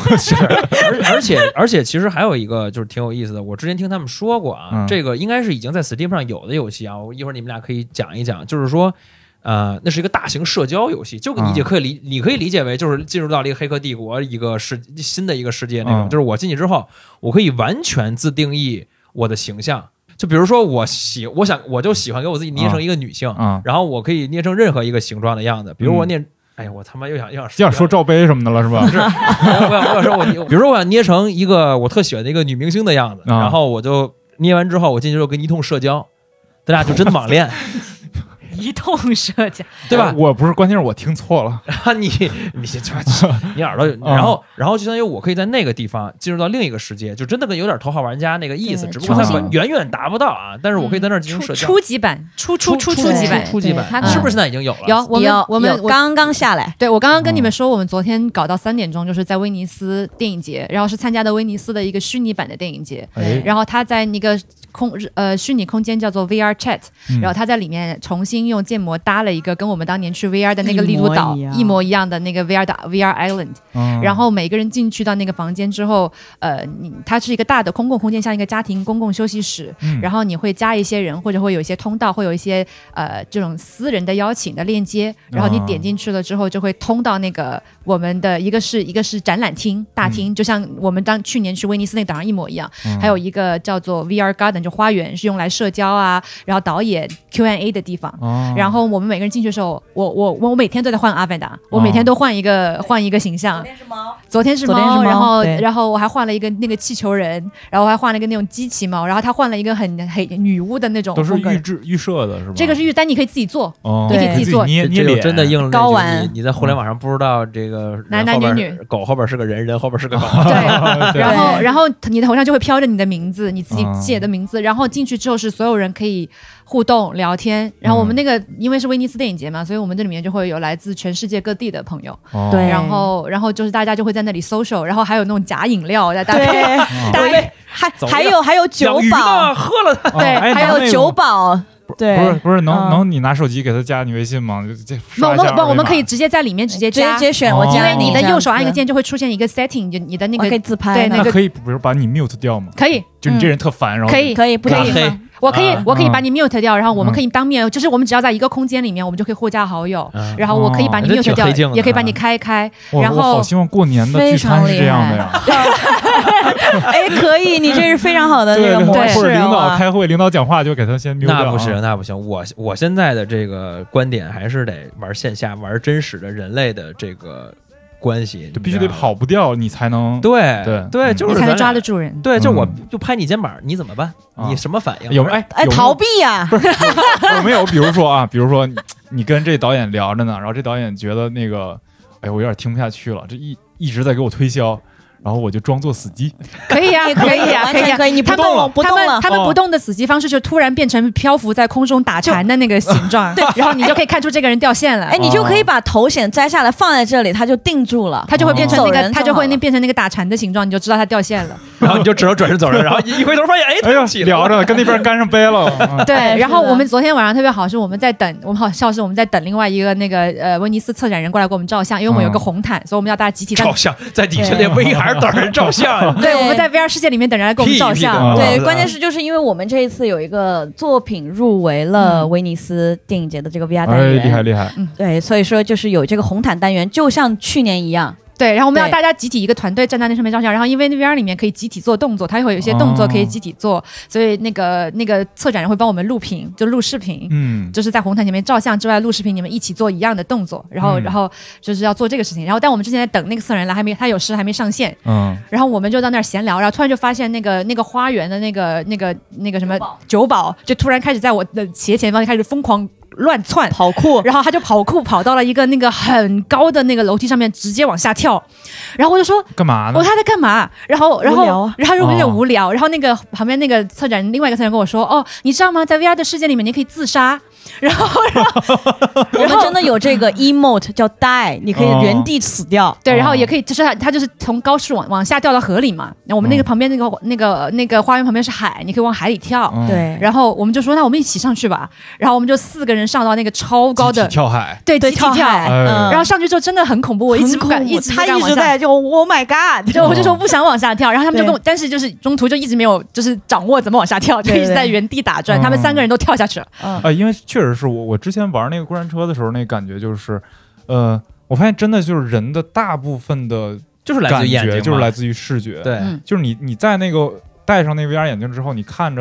而且其实还有一个就是挺有意思的，我之前听他们说过啊，这个应该是已经在 Steam 上有的游戏啊，一会儿你们俩可以讲一讲，就是说。那是一个大型社交游戏，就你可以理解为就是进入到了一个黑客帝国新的一个世界那种，就是我进去之后，我可以完全自定义我的形象。就比如说我就喜欢给我自己捏成一个女性，然后我可以捏成任何一个形状的样子，比如我捏。哎呀，我他妈又想说罩杯什么的了是吧？ 不是，我想说比如说我想捏成一个我特喜欢的一个女明星的样子，然后我就捏完之后，我进去之后跟你一通社交，咱俩就真的网恋。 移动设计， 对吧？ 我不是，关键是我听错了。 你耳朵，然后就相当于我可以在那个地方进入到另一个世界，就真的跟有点头号玩家那个意思，只不过它远远达不到啊。但是我可以在那儿进行社交。 初级版，初级版， 是不是现在已经有了？ 有，我们刚刚下来。 对，我刚刚跟你们说，我们昨天搞到3点钟，就是在威尼斯电影节，然后是参加的威尼斯的一个虚拟版的电影节，然后他在那个虚拟空间叫做 VR Chat，然后他在里面重新用建模搭了一个跟我们当年去 VR 的那个丽都岛一模一样的那个 VR Island，然后每个人进去到那个房间之后，它是一个大的公共空间，像一个家庭公共休息室，然后你会加一些人，或者会有一些通道，会有一些这种私人的邀请的链接，然后你点进去了之后，就会通到那个我们的一个是展览厅大厅，就像我们去年去威尼斯那个岛上一模一样，还有一个叫做 VR Garden。就花园是用来社交啊，然后导演 Q&A 的地方。然后我们每个人进去的时候，我每天都在换阿凡达，我每天都换一个形象。昨天是猫，然后我还换了一个那个气球人，然后我还换了一个那种机器猫，然后他换了一个很女巫的那种。 都是预设的是吧？ 这个是但你可以自己做， 你可以自己做。 捏脸， 真的应了高玩。 你在互联网上不知道这个男女， 狗后边是个人，人后边是个狗。 对，然后你的头上就会飘着你的名字，你自己写的名字，然后进去之后是所有人可以互动聊天，然后我们那个因为是威尼斯电影节嘛，所以我们这里面就会有来自全世界各地的朋友， 对， 然后就是大家就会在那里 social， 然后还有那种假饮料，大家还有酒保， 喝了它， 对， 还有酒保。对， 不是能你拿手机给他加你微信吗？ 我们可以直接在里面直接选，我因为你的右手按一个键就会出现一个 setting， 就你的那个可以自拍， 对，那个可以，比如把你 mute 掉吗？ 可以， 就你这人特烦，然后可以不可以？ 我可以把你 mute 掉，然后我们可以当面，就是我们只要在一个空间里面，我们就可以互加好友，然后我可以把你 mute 掉，也可以把你开。然后我好希望过年的聚餐是这样的呀。 哎，可以，你这是非常好的那个模式。 或者领导开会，领导讲话就给他先 mute 掉。 那不行，我现在的这个观点还是得玩线下，玩真实的人类的这个关系， 就必须得跑不掉，你才能对，就是你才能抓得住人。 对，就我就拍你肩膀，你怎么办？你什么反应？ 有逃避呀？ 不是有没有？比如说你跟这导演聊着呢，然后这导演觉得那个，哎，我有点听不下去了，这一直在给我推销。然后我就装作死机， 可以呀， 你不动了， 他们不动的死机方式就突然变成漂浮在空中打禅的那个形状，对，然后你就可以看出这个人掉线了。 哎，你就可以把头显摘下来放在这里，它就定住了， 它就会变成那个，它就会变成那个打禅的形状，你就知道它掉线了。 然后你就只能转身走人，然后一回头发现，哎呦， 聊着跟那边干上杯了。 对，然后我们昨天晚上特别好，是我们在等，我们好笑是我们在等另外一个那个威尼斯策展人过来给我们照相，因为我们有个红毯，所以我们要大家集体照相，在底下连 VR 等人照相。 对，我们在 VR 世界里面等人来给我们照相。 对，关键是就是因为我们这一次有一个作品入围了威尼斯电影节的这个 VR 单元， 厉害。 对，所以说就是有这个红毯单元，就像去年一样。 对，然后我们要大家集体一个团队站在那上面照相，然后因为那 VR 里面可以集体做动作，它会有一些动作可以集体做，所以那个策展人会帮我们录屏，就录视频，就是在红毯前面照相之外录视频，你们一起做一样的动作，然后就是要做这个事情，然后但我们之前在等那个策展人来，他有事还没上线，然后我们就到那儿闲聊，然后突然就发现那个花园的那个什么酒保就突然开始在我的斜前方开始疯狂乱窜跑酷， 然后他就跑到了一个那个很高的那个楼梯上面，直接往下跳。然后我就说干嘛呢？ 他在干嘛？然后就有点无聊。然后那个旁边那个策展人，另外一个策展人跟我说：“哦，你知道吗？在 VR 的世界里面，你可以自杀。”然后我们真的有这个 emote 叫 die， 你可以原地死掉。 对，然后也可以，就是他就是从高处往下掉到河里嘛。我们那个旁边那个花园旁边是海，你可以往海里跳。 对， 然后我们就说那我们一起上去吧。然后我们就4个人上到那个超高的跳海， 对，集体跳海。然后上去之后真的很恐怖，我一直不敢， 他一直在就 Oh my God， 就我就说不想往下跳。然后他们就跟我，但是就是中途就一直没有就是掌握怎么往下跳，就一直在原地打转。他们3个人都跳下去了。 因为确实是我之前玩那个过山车的时候，那感觉就是，我发现真的就是人的大部分的， 就是来自于眼睛， 就是来自于视觉。 对， 就是你在那个戴上那 VR 眼镜之后，你看着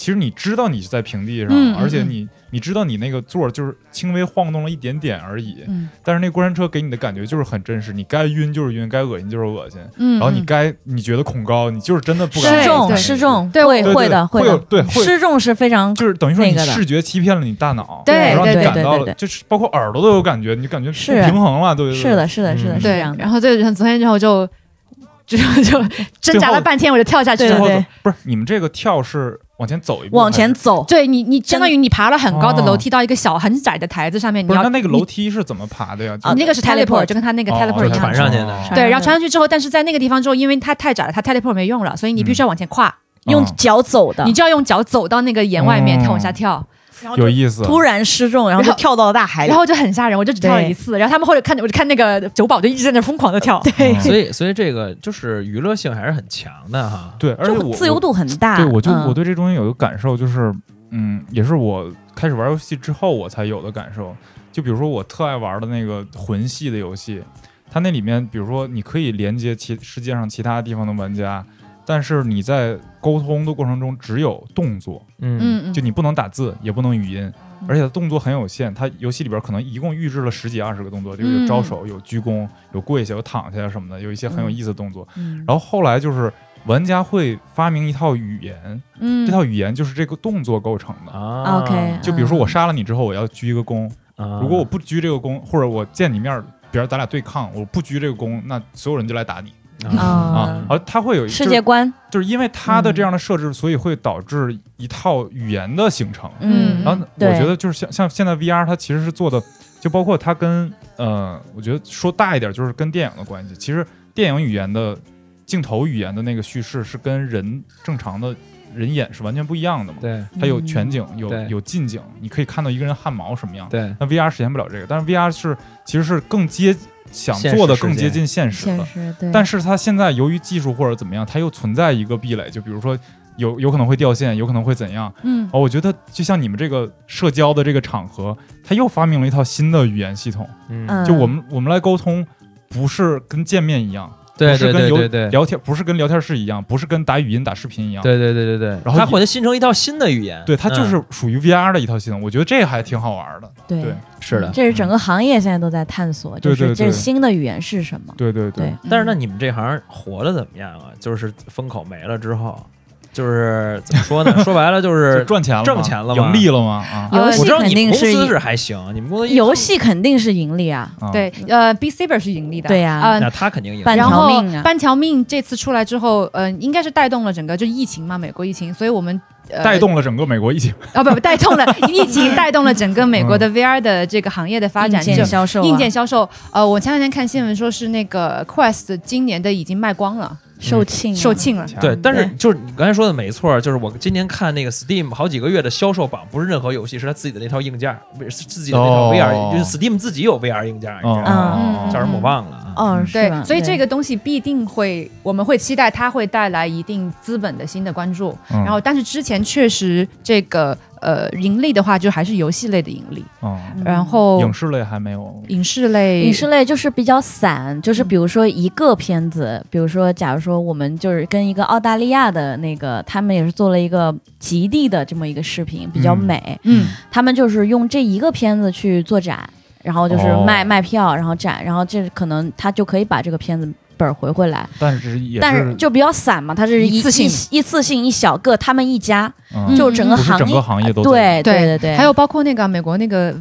其实你知道你是在平地上，而且你知道你那个座就是轻微晃动了一点点而已，但是那过山车给你的感觉就是很真实，你该晕就是晕，该恶心就是恶心，然后你觉得恐高，你就是真的不敢失重， 对， 会的， 对， 失重是非常就是等于说你视觉欺骗了你大脑， 对， 让你感到了，就是包括耳朵都有感觉，你感觉不平衡了，对， 是的， 对，然后昨天之后就挣扎了半天，我就跳下去了。 对， 不是你们这个跳是往前走一步， 往前走， 对你相当于你爬了很高的楼梯到一个小很窄的台子上面， 不是那个楼梯是怎么爬的呀？ 那个是 teleport， 就跟他那个 teleport 一样， 传上去的。 对，然后传上去之后，但是在那个地方之后，因为它太窄了，它 teleport 没用了，所以你必须要往前跨， 用脚走的， 你就要用脚走到那个岩外面，往下跳。 有意思， 突然失重，然后就跳到了大海里， 然后就很吓人，我就只跳了一次，然后他们后来我就看那个酒保就一直在那疯狂的跳， 对， 所以这个就是娱乐性还是很强的哈， 对，而且我自由度很大， 对，我对这东西有一个感受，就是也是我开始玩游戏之后我才有的感受，就比如说我特爱玩的那个魂系的游戏，它那里面比如说你可以连接世界上其他地方的玩家。但是你在沟通的过程中只有动作，就你不能打字，也不能语音，而且动作很有限。它游戏里边可能一共预制了10几20个动作，就有招手、有鞠躬、有跪下、有躺下什么的，有一些很有意思的动作。然后后来就是玩家会发明一套语言，这套语言就是这个动作构成的。 OK， 就比如说我杀了你之后，我要鞠一个躬，如果我不鞠这个躬，或者我见你面，比如咱俩对抗，我不鞠这个躬，那所有人就来打你。它会有世界观， 就是因为它的这样的设置，所以会导致一套语言的形成。然后我觉得就是像现在 VR， 它其实是做的，就包括它跟我觉得说大一点就是跟电影的关系。其实电影语言的镜头语言的那个叙事是跟人正常的人眼是完全不一样的嘛。 对， 它有全景，有近景，你可以看到一个人汗毛什么样。 对， 那 VR 实现不了这个，但是 VR 其实是想做的更接近现实的，但是它现在由于技术或者怎么样，它又存在一个壁垒，就比如说有可能会掉线，有可能会怎样。我觉得就像你们这个社交的这个场合，它又发明了一套新的语言系统。就我们来沟通，不是跟见面一样。 对， 聊天不是跟聊天室一样，不是跟打语音打视频一样。 对，然后它会形成一套新的语言。 对，它就是属于 VR 的一套系统。我觉得这还挺好玩的。 对， 是的， 这是整个行业现在都在探索，就是这新的语言是什么。 对。 但是那你们这行活得怎么样啊？就是风口没了之后。就是怎么说呢？说白了就是赚钱了， 挣钱了， 盈利了吗？ 游戏肯定是公司是还行，你们公司游戏肯定是盈利啊。 对，Beat Saber 是盈利的。 对呀， 那他肯定盈利。 然后半条命这次出来之后，应该是带动了整个就疫情嘛，美国疫情，所以我们带动了整个美国疫情不带动了疫情，带动了整个美国的 VR 的这个行业的发展， 硬件销售。 我前两天看新闻说是那个 Quest 今年的已经卖光了。 售罄了， 对，但是就是你刚才说的没错，就是我今年看那个 Steam 好几个月的销售榜，不是任何游戏，是他自己的那套硬件，是自己的那套 VR，就是 Steam 自己有 VR 硬件，叫什么我忘了。 对，所以这个东西必定我们会期待它会带来一定资本的新的关注，然后但是之前确实这个盈利的话，就还是游戏类的盈利，然后影视类还没有。 影视类就是比较散，就是比如说一个片子，比如说假如说我们就是跟一个澳大利亚的那个，他们也是做了一个极地的这么一个视频，比较美，他们就是用这一个片子去做展，然后就是卖票，然后展，然后这可能他就可以把这个片子本回来， 但是就比较散嘛，它是一次性一小个，他们一家，就整个行业都对， 还有包括那个美国那个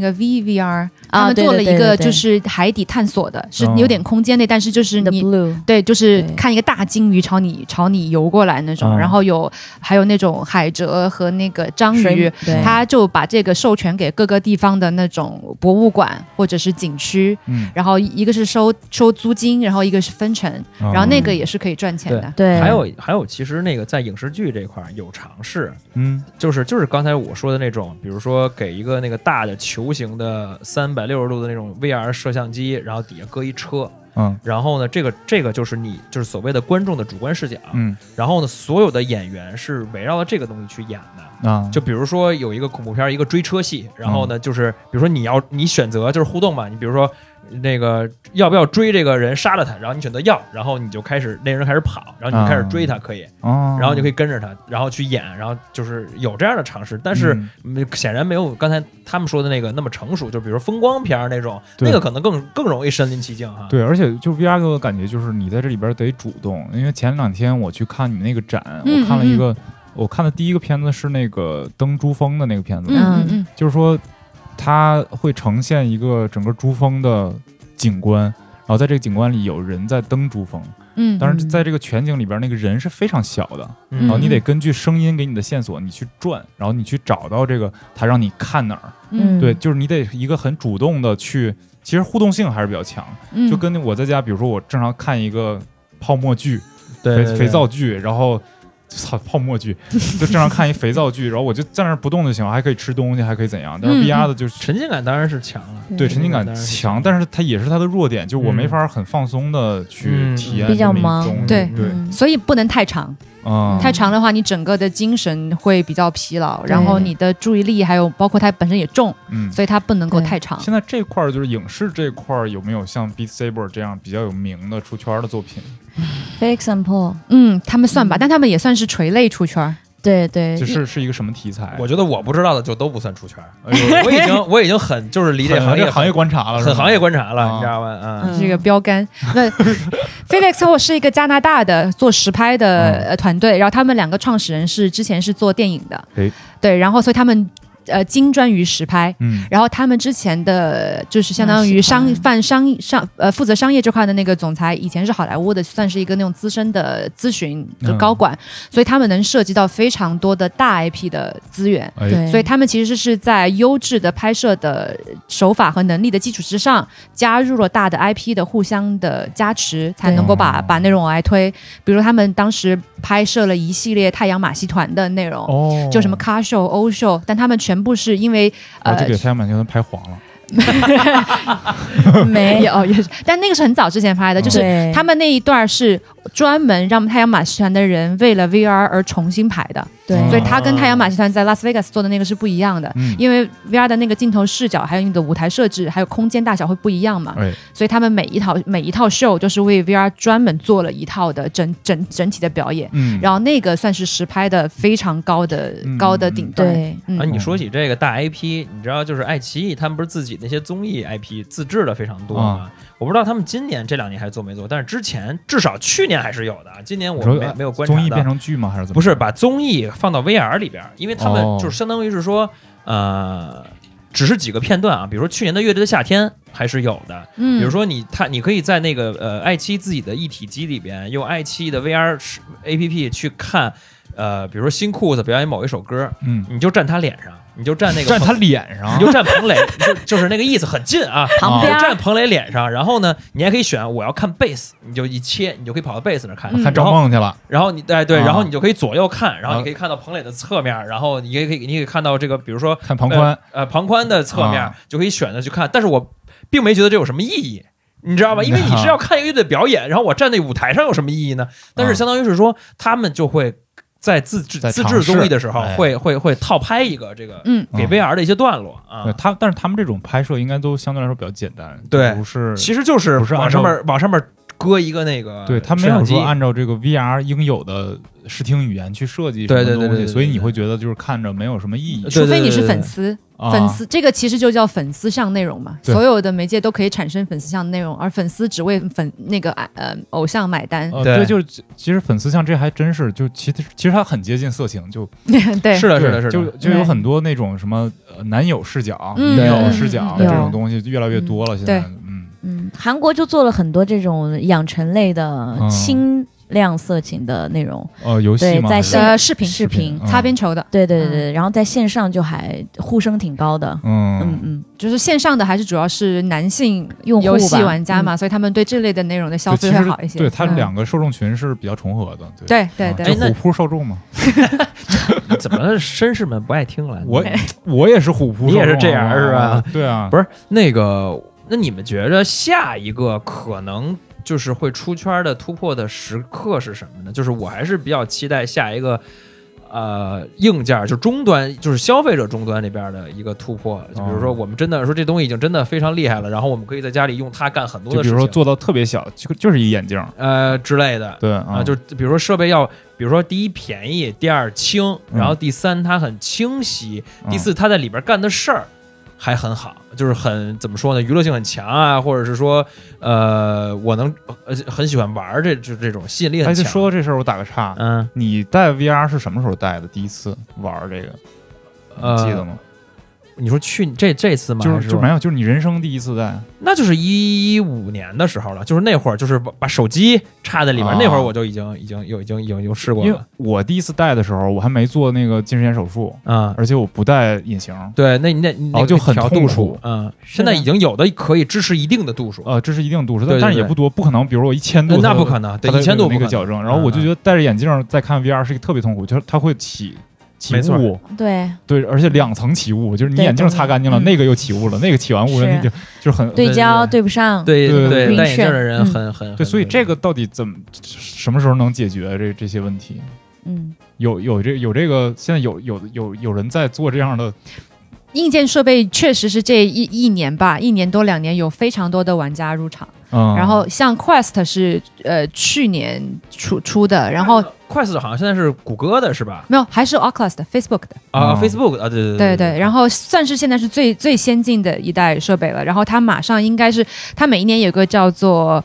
VVR， 他们做了一个就是海底探索的，是有点空间内，但是就是你对，就是看一个大鲸鱼朝你游过来那种，然后还有那种海蜇和那个章鱼，他就把这个授权给各个地方的那种博物馆或者是景区，然后一个是收租金，然后一个是分成，然后那个也是可以赚钱的。 对， 还有，其实那个在影视剧这块有尝试，就是刚才我说的那种，比如说给一个那个大的球形的360度的那种 VR 摄像机，然后底下搁一车。然后呢，这个就是就是所谓的观众的主观视角，然后呢，所有的演员是围绕着这个东西去演的，就比如说有一个恐怖片，一个追车戏，然后呢，就是比如说你选择就是互动嘛，你比如说那个要不要追这个人杀了他，然后你选择要，然后你就开始那人开始跑，然后你就开始追他可以，然后你就可以跟着他，然后去演，然后就是有这样的尝试，但是显然没有刚才他们说的那个那么成熟，就比如风光片那种，那个可能更容易身临其境哈。 对，而且就 VR 给我的感觉就是你在这里边得主动，因为前2天我去看你们那个展，我看了一个，我看的第一个片子是那个登珠峰的那个片子，就是说它会呈现一个整个珠峰的景观，然后在这个景观里有人在登珠峰，但是在这个全景里边那个人是非常小的，然后你得根据声音给你的线索你去转，然后你去找到这个他让你看哪儿，对，就是你得一个很主动的去，其实互动性还是比较强，就跟我在家比如说我正常看一个泡沫剧，肥皂剧，然后泡沫剧就正常看一肥皂剧，然后我就在那儿不动就行，还可以吃东西，还可以怎样，但是 VR 的就是沉浸感当然是强了， 对，沉浸感强，但是它也是它的弱点，就是我没法很放松的去体验， 比较忙， 对，所以不能太长。太长的话，你整个的精神会比较疲劳，然后你的注意力还有包括它本身也重，所以它不能够太长。 现在这块就是影视这块有没有像 Beat Saber 这样比较有名的出圈的作品？ For example， 他们算吧，但他们也算是垂类出圈。 对对， 就是一个什么题材？ 我觉得我不知道的就都不算出圈。我已经很就是离这行业观察了， 很行业观察了，你知道吗？ 这个标杆。那 Felix 是一个加拿大的做实拍的团队，然后他们2个创始人之前是做电影的，对，然后所以他们精专于实拍，然后他们之前的就是相当于负责商业这块的那个总裁，以前是好莱坞的，算是一个那种资深的咨询的高管，所以他们能涉及到非常多的大 IP 的资源，所以他们其实是在优质的拍摄的手法和能力的基础之上，加入了大的 IP 的互相的加持，才能够把内容往外推。比如他们当时拍摄了一系列太阳马戏团的内容，就什么 car show、欧秀，但他们全部是因为就给太阳马戏团拍黄了。 没有， 也是，但那个是很早之前拍的，就是他们那一段是专门让太阳马戏团的人为了 VR 而重新排的。对，所以他跟太阳马戏团在拉斯维加斯做的那个是不一样的，因为 VR 的那个镜头视角，还有你的舞台设置，还有空间大小会不一样嘛。所以他们每一套 show 就是为 VR 专门做了一套的整体的表演。然后那个算是实拍的非常高的顶端。 你说起这个大 IP， 你知道就是爱奇艺他们不是自己那些综艺 IP 自制的非常多吗？我不知道他们今年这2年还做没做，但是之前至少去年还是有的。今年我没有观察到。 综艺变成剧吗？还是怎么？ 不是，把综艺放到 VR 里边，因为他们就是相当于是说，只是几个片段啊，比如说去年的《乐队的夏天》还是有的。比如说你可以在那个爱奇艺自己的一体机里边，用爱奇艺的 VR APP 去看，比如说新裤子表演某一首歌，你就站他脸上。你就站那个站他脸上， 你就站彭磊，就是那个意思，很近啊， 旁边站彭磊脸上。然后呢，你还可以选我要看贝斯，你就一切，你就可以跑到贝斯那看， 看赵梦去了。 然后你对，然后你就可以左右看，然后你可以看到彭磊的侧面，然后你可以看到这个，比如说看庞宽， 庞宽的侧面，就可以选择去看。但是我并没觉得这有什么意义。你知道吧？因为你是要看一个乐队表演，然后我站在舞台上有什么意义呢？但是相当于是说，他们就会在自制综艺的时候，会套拍一个这个给 VR 的一些段落啊。 但是他们这种拍摄应该都相对来说比较简单， 对， 不是， 其实就是往上面搁一个那个， 对，他没有说按照这个 VR 应有的视听语言去设计什么东西，所以你会觉得就是看着没有什么意义， 除非你是粉丝。粉丝这个其实就叫粉丝向内容嘛，所有的媒介都可以产生粉丝向内容，而粉丝只为那个偶像买单。 对，就是其实粉丝向这还真是就其实它很接近色情，就对， 是的， 就有很多那种什么男友视角、女友视角这种东西越来越多了。现在， 韩国就做了很多这种养成类的轻量色情的内容， 游戏吗？ 在视频擦边球的， 对，然后在线上就还呼声挺高的， 就是线上的还是主要是男性游戏玩家嘛，所以他们对这类的内容的消费会好一些。 对，它2个受众群是比较重合的。 对， 虎扑受众嘛？ 怎么绅士们不爱听了？ 我也是虎扑， 你也是这样是吧？ 对啊， 不是那个，那你们觉得下一个可能就是会出圈的突破的时刻是什么呢？就是我还是比较期待下一个硬件就终端就是消费者终端那边的一个突破，就比如说我们真的说这东西已经真的非常厉害了，然后我们可以在家里用它干很多的事情， 就比如说做到特别小，就是一眼镜之类的， 对就比如说设备要，比如说第一便宜，第二轻，然后第三它很清晰，第四它在里边干的事儿还很好，就是很怎么说呢，娱乐性很强啊，或者是说我能很喜欢玩这种吸引力很强。 说到这事儿，我打个岔，你戴 VR 是什么时候戴的？第一次玩这个，你记得吗？ 你说这次吗？ 就没有，就是你人生第一次戴， 那就是2015年的时候了，就是那会儿，就是把手机插在里边，那会儿我就已经试过了。 因为我第一次戴的时候，我还没做那个近视眼手术而且我不戴隐形。 对，那你就很痛苦。 现在已经有的可以支持一定的度数， 支持一定度数，但是也不多，不可能。比如我1000度， 那不可能，对1000度那个矫正。然后我就觉得戴着眼镜再看 VR 是一个特别痛苦，就是它会起雾， 对， 而且2层起雾，就是你眼镜擦干净了，那个又起雾了，那个起完雾了，那就是很对焦对不上， 对，戴眼镜的人很对，所以这个到底什么时候能解决这些问题？有这个，现在有人在做这样的。 硬件设备确实是这一年吧，1年多2年有非常多的玩家入场，然后像 Quest 是去年出的，然后 Quest 好像现在是谷歌的是吧？ 没有，还是 Oculus 的 Facebook 的 Facebook 啊，对， 然后算是现在是最先进的一代设备了。然后它马上应该是，它每一年有个叫做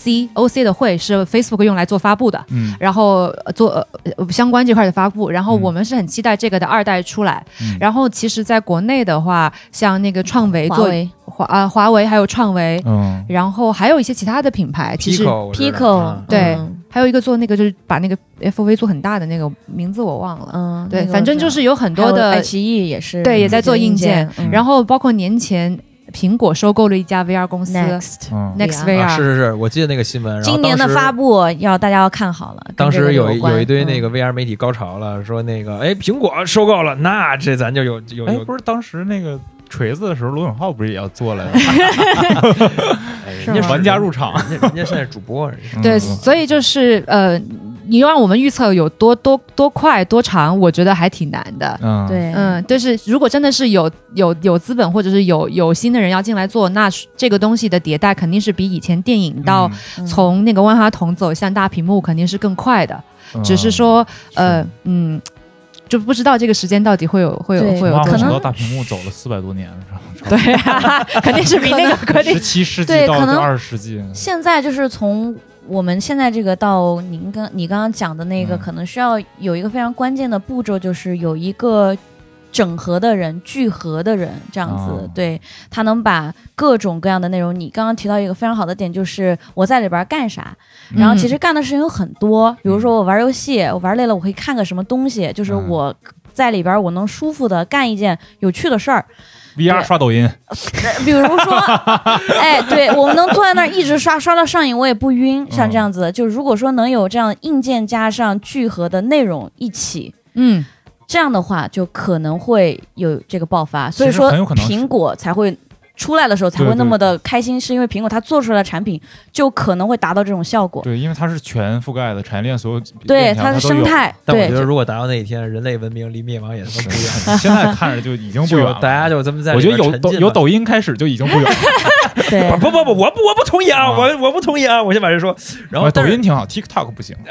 OC 的会，是 Facebook 用来做发布的，然后做相关这块的发布。然后我们是很期待这个的2代出来。然后其实在国内的话，像那个创维华为还有创维，然后还有一些其他的品牌，其实 Pico 对。还有一个做那个就是把那个 FOV 做很大的那个名字我忘了，对，反正就是有很多的， 爱奇艺也是， 对，也在做硬件，然后包括年前苹果收购了一家 VR 公司 Next VR， 是，我记得那个新闻。 今年的发布大家要看好了。 当时有一堆那个 VR 媒体高潮了，说那个苹果收购了，那这咱就有不是当时那个锤子的时候，罗永浩不是也要做来了？ 人家玩家入场， 人家现在主播。 对，所以就是你让我们预测有多快多长，我觉得还挺难的。 对， 就是如果真的是有资本或者是有新的人要进来做，那这个东西的迭代肯定是比以前电影到从那个万花筒走向大屏幕肯定是更快的。只是说就不知道这个时间到底会有可能大屏幕走了400多年， 对肯定是比那个 17世纪到20世纪。 现在就是从我们现在这个到你刚刚讲的那个，可能需要有一个非常关键的步骤，就是有一个整合的人、聚合的人，这样子，对，他能把各种各样的内容。你刚刚提到一个非常好的点，就是我在里边干啥，然后其实干的事情有很多，比如说我玩游戏，我玩累了，我可以看个什么东西，就是我在里边我能舒服的干一件有趣的事儿。 VR 刷抖音， 比如说，对，我们能坐在那儿一直刷到上瘾，我也不晕，像这样子。就如果说能有这样硬件加上聚合的内容一起，这样的话就可能会有这个爆发。所以说，苹果才会出来的时候才会那么的开心，是因为苹果它做出来的产品就可能会达到这种效果。 对，因为它是全覆盖的产业链，所有对它的生态。 但我觉得如果达到那一天，人类文明离灭亡也他妈不远。 现在看着就已经不远了， 大家就这么在。 我觉得有抖音开始就已经不远了。 对， 不，我不同意啊！我不同意啊！我先把这说。然后抖音挺好 ，TikTok 不行。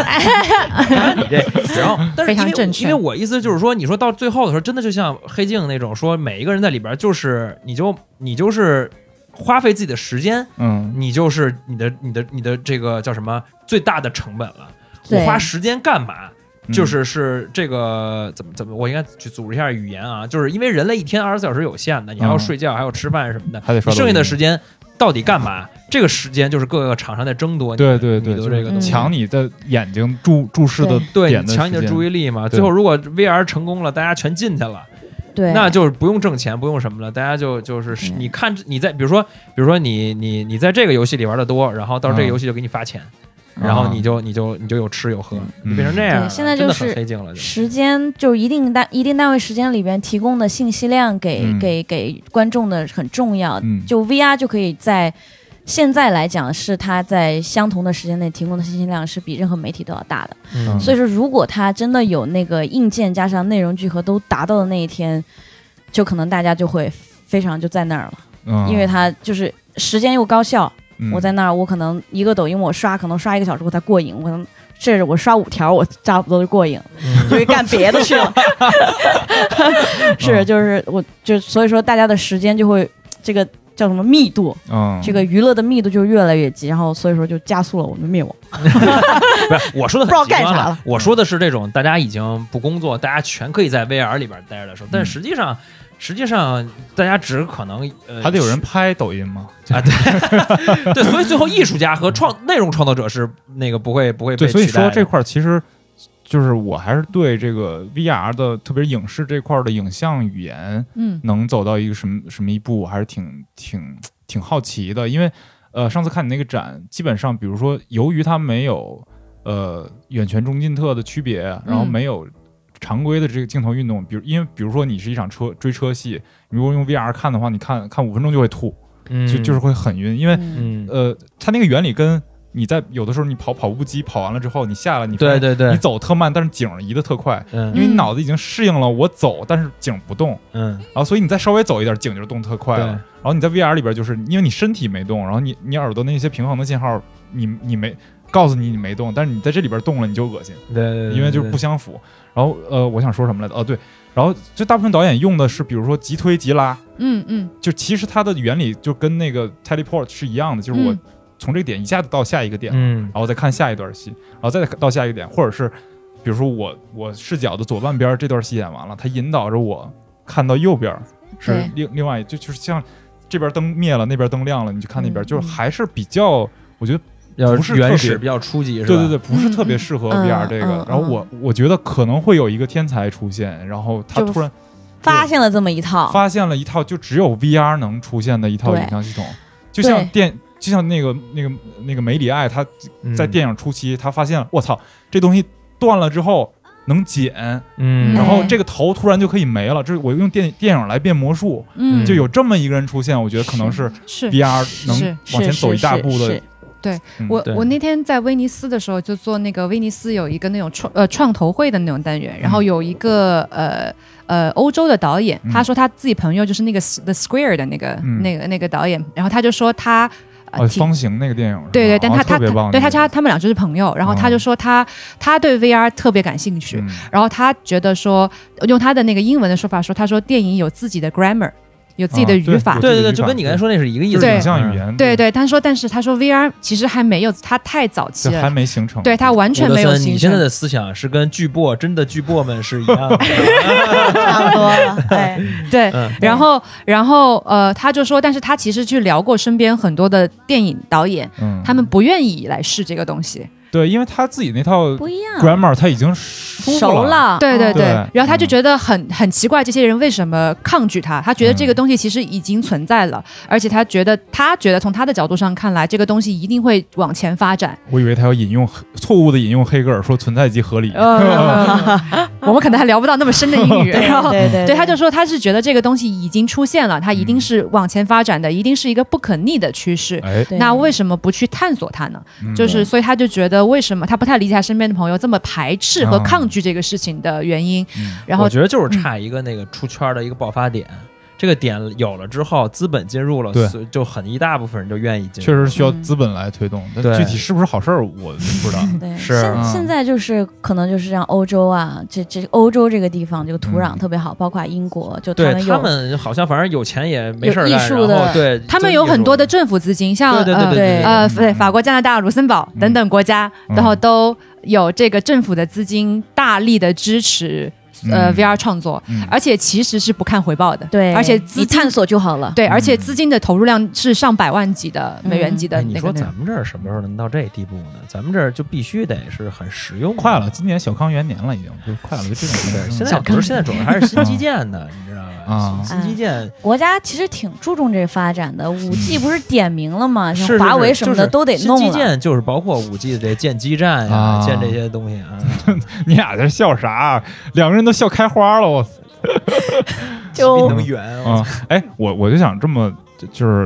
然后，但是非常正确， 因为我意思就是说，你说到最后的时候，真的就像黑镜那种，说每一个人在里边，就是你就是花费自己的时间，你就是你的这个叫什么最大的成本了。我花时间干嘛？就是这个怎么，我应该去组织一下语言啊，就是因为人类一天24小时有限的，你还要睡觉，还要吃饭什么的，你剩下的时间到底干嘛？这个时间就是各个厂商在争夺你， 对， 这个抢你的眼睛注视的点的， 抢你的注意力嘛。最后如果 VR 成功了，大家全进去了。 对， 那就是不用挣钱，不用什么了，大家就是你看你在，比如说你在这个游戏里玩的多，然后到这个游戏就给你发钱，然后你就有吃有喝，你变成这样， 现在就是时间就是一定单位时间里边提供的信息量给观众的很重要，就 VR 就可以在现在来讲是它在相同的时间内提供的信息量是比任何媒体都要大的。所以说如果它真的有那个硬件加上内容聚合都达到的那一天，就可能大家就会非常就在那儿了，因为它就是时间又高效。我在那儿，我可能一个抖音我可能刷1个小时我才过瘾，我可能甚至我刷5条我差不多就过瘾，就会干别的去了。是，就是我就所以说大家的时间就会这个叫什么密度，这个娱乐的密度就越来越急，然后所以说就加速了我们的灭亡。 不是，我说的很极端不知道干啥了。 我说的是这种大家已经不工作，大家全可以在 VR 里边待着的时候，但实际上大家只可能还得有人拍抖音吗？ 啊，对对，所以最后艺术家和内容创作者是那个不会被取代的。 对，所以说这块其实就是我还是对这个 VR 的，特别影视这块的影像语言，能走到一个什么一步，我还是挺好奇的。因为上次看你那个展，基本上比如说由于它没有远全中近特的区别，然后没有常规的这个镜头运动，比如说你是一场追车戏，你如果用 VR 看的话，你看5分钟就会吐，就是会很晕，因为它那个原理跟你在有的时候你跑步机跑完了之后，你下来你对你走特慢，但是景移的特快，因为你脑子已经适应了我走，但是景不动，然后所以你再稍微走一点，景就动特快了。然后你在 VR 里边就是因为你身体没动，然后你耳朵那些平衡的信号，你没告诉你没动，但是你在这里边动了你就恶心， 对， 因为就是不相符。然后我想说什么来着？对，然后就大部分导演用的是比如说急推急拉，就其实它的原理就跟那个 teleport 是一样的，就是我从这个点一下子到下一个点，然后再看下一段戏，然后再到下一个点，或者是比如说我视角的左半边这段戏演完了，它引导着我看到右边是另外就是像这边灯灭了，那边灯亮了，你就看那边，就是还是比较我觉得。不是原始比较初级，是吧？ 对，不是特别适合 VR 这个。然后我觉得可能会有一个天才出现，然后他突然发现了这么一套， 就只有 VR 能出现的一套影像系统，就像那个梅里爱，他在电影初期他发现了，我操，这东西断了之后能剪，然后这个头突然就可以没了，这我用电影来变魔术，就有这么一个人出现，我觉得可能是 VR 能往前走一大步的。 对，我那天在威尼斯的时候就做那个威尼斯有一个那种创投会的那种单元，然后有一个欧洲的导演，他说他自己朋友就是那个 The Square 的那个导演，然后他就说他方形那个电影， 对，但他们俩就是朋友，然后他就说他对 VR 特别感兴趣，然后他觉得说用他的那个英文的说法说，他说电影有自己的 grammar。有自己的语法， 对，就跟你刚才说那是一个意思， 影像语言， 对，但是他说 VR 其实还没有，它太早期了， 还没形成， 对，它完全没有形成。 你现在的思想是跟真的巨擘们是一样的， 差不多了， 对，然后他就说，但是他其实去聊过身边很多的电影导演，他们不愿意来试这个东西。 对，因为他自己那套不一样 grammar 他已经熟了， 对，然后他就觉得很奇怪，这些人为什么抗拒他？他觉得这个东西其实已经存在了，而且他觉得从他的角度上看来，这个东西一定会往前发展。 我以为他要错误的引用黑格尔说存在即合理， 我们可能还聊不到那么深的英语。然后对， 他就说他是觉得这个东西已经出现了，它一定是往前发展的，一定是一个不可逆的趋势。那为什么不去探索它呢？就是所以他就觉得。为什么他不太理解他身边的朋友这么排斥和抗拒这个事情的原因？然后我觉得就是差一个那个出圈的一个爆发点。这个点有了之后，资本进入了，就一大部分人就愿意进入。 确实需要资本来推动，但具体是不是好事儿，我不知道。 是现在就是可能就是像欧洲啊，这欧洲这个地方这个土壤特别好，包括英国，就他们好像反正有钱也没事儿干，艺术的， 对， 他们有很多的政府资金，像对法国、加拿大、卢森堡等等国家，然后都有这个政府的资金大力的支持。VR 创作，而且其实是不看回报的， 对， 而且你探索就好了， 对，而且资金的投入量是上百万级的美元级的。 你说咱们这儿什么时候能到这地步呢？咱们这儿就必须得是很实用， 快了，今年小康元年了，已经就快了，就这种事。 现在主要还是新基建的，你知道吧？新基建， 国家其实挺注重这发展的。5G 不是点名了吗？像华为什么的都得弄了。 新基建就是包括5G 的这建基站呀，建这些东西啊。 你俩在笑啥？两个人都笑开花了，我就能源哎，我就想这么就是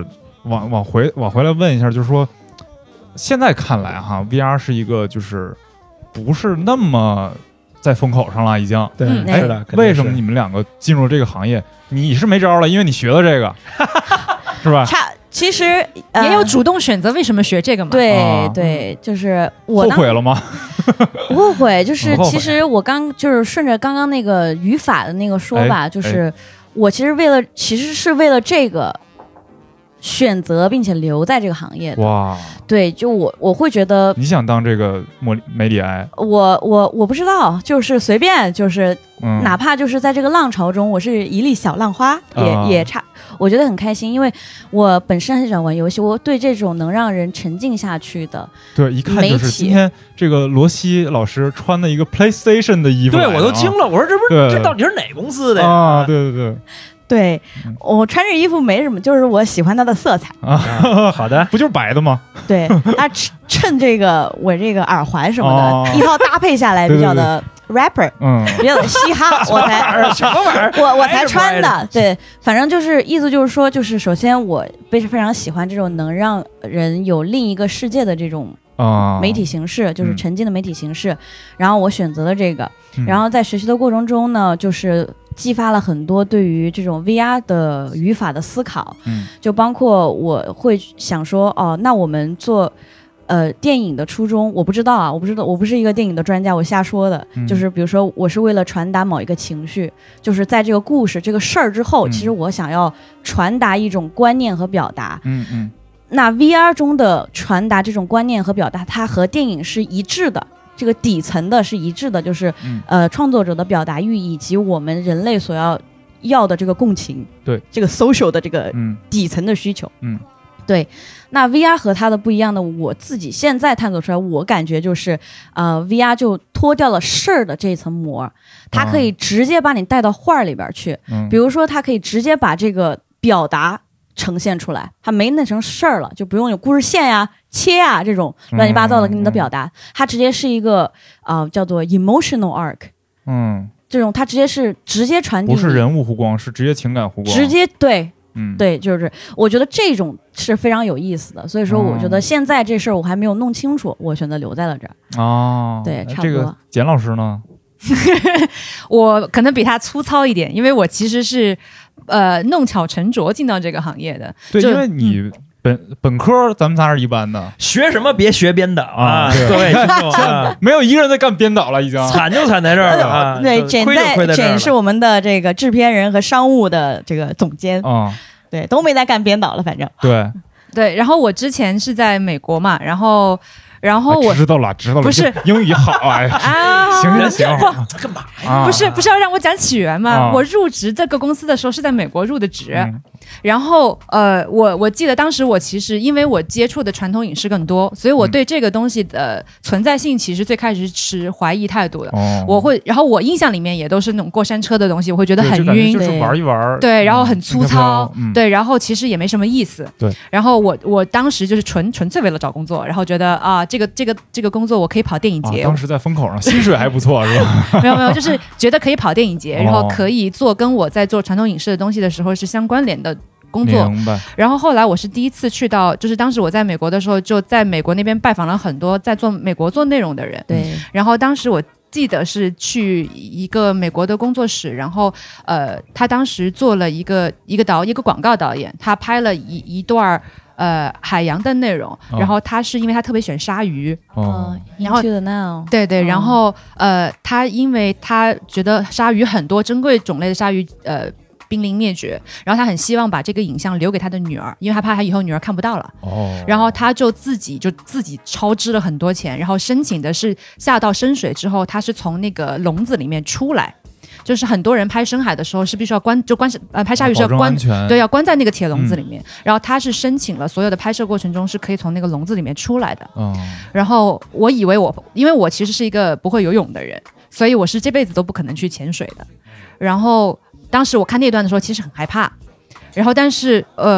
往回来问一下，就是说现在看来哈 VR 是一个就是不是那么在风口上了已经。 对，是的。 为什么你们两个进入这个行业？你是没招了，因为你学了这个是吧？ 其实也有主动选择为什么学这个嘛。 对，就是我后悔了吗？ 不后悔，就是其实我就是顺着刚刚那个语法的那个说吧，就是我其实是为了这个选择并且留在这个行业的。哇，对，就我会觉得你想当这个梅里埃， 我不知道，就是随便，就是哪怕就是在这个浪潮中，我是一粒小浪花，也差。我觉得很开心，因为我本身很喜欢玩游戏，我对这种能让人沉浸下去的， 对，一看就是今天这个罗西老师穿的一个 PlayStation 的衣服， 对我都惊了，我说这到底是哪公司的呀？对。 对，我穿这衣服没什么，就是我喜欢它的色彩啊。好的，不就是白的吗？ 对，它衬这个我这个耳环什么的，一套搭配下来比较的 rapper， 比较的嘻哈，我才什么玩意儿， 我才穿的。对，反正就是意思就是说，就是首先我非常喜欢这种能让人有另一个世界的这种媒体形式，就是沉浸的媒体形式。然后我选择了这个，然后在学习的过程中呢，就是激发了很多对于这种 VR 的语法的思考，就包括我会想说，那我们做电影的初衷，我不知道，我不是一个电影的专家，我瞎说的，就是比如说我是为了传达某一个情绪，就是在这个故事这个事儿之后，其实我想要传达一种观念和表达，那 VR 中的传达这种观念和表达，它和电影是一致的。这个底层的是一致的，就是创作者的表达欲以及我们人类所要的这个共情， 对这个 social 的这个底层的需求，对。那 VR 和它的不一样的，我自己现在探索出来，我感觉就是VR 就脱掉了事儿的这一层膜，它可以直接把你带到画里边去，比如说它可以直接把这个表达呈现出来，它没那成事儿了，就不用有故事线呀、切呀这种乱七八糟的给你的表达，它直接是一个叫做 emotional arc，这种它直接传递， 不是人物弧光，是直接情感弧光， 直接对，对，就是我觉得这种是非常有意思的，所以说我觉得现在这事儿我还没有弄清楚，我选择留在了这儿。对，差不多。 这个简老师呢？ 我可能比他粗糙一点，因为我其实是弄巧成拙进到这个行业的。 对，因为你本科咱们仨是一般的， 学什么别学编导啊！各位听众， 没有一个人在干编导了，已经惨就惨在这儿了。 对，简是我们的这个制片人和商务的这个总监对，都没在干编导了，反正对。 然后我之前是在美国嘛，然后我知道了，不是英语好哎行， 干嘛呀？ 不是要让我讲起源吗？我入职这个公司的时候是在美国入的职，然后我记得当时我其实因为我接触的传统影视更多，所以我对这个东西的存在性其实最开始是持怀疑态度的。然后我印象里面也都是那种过山车的东西，我会觉得很晕， 就是玩一玩， 对，然后很粗糙，对，然后其实也没什么意思， 对。 然后我当时就是纯粹为了找工作，然后觉得这个工作我可以跑电影节， 当时在风口上，薪水还不错，是吧？ 没有，就是觉得可以跑电影节，然后可以做跟我在做传统影视的东西的时候是相关联的工作。 明白。 然后后来我是第一次去到，就是当时我在美国的时候，就在美国那边拜访了很多在美国做内容的人。 对。 然后当时我记得是去一个美国的工作室，然后他当时做了一个广告导演，他拍了一段海洋的内容，然后他是因为他特别喜欢鲨鱼， 然后对，然后他因为他觉得鲨鱼很多珍贵种类的鲨鱼濒临灭绝，然后他很希望把这个影像留给他的女儿，因为他怕他以后女儿看不到了。然后他就自己超支了很多钱，然后申请的是下到深水之后，他是从那个笼子里面出来。就是很多人拍深海的时候是必须要拍鲨鱼是要关，对，要关在那个铁笼子里面。然后他是申请了所有的拍摄过程中是可以从那个笼子里面出来的。然后我以为因为我其实是一个不会游泳的人，所以我是这辈子都不可能去潜水的。然后当时我看那段的时候其实很害怕，然后但是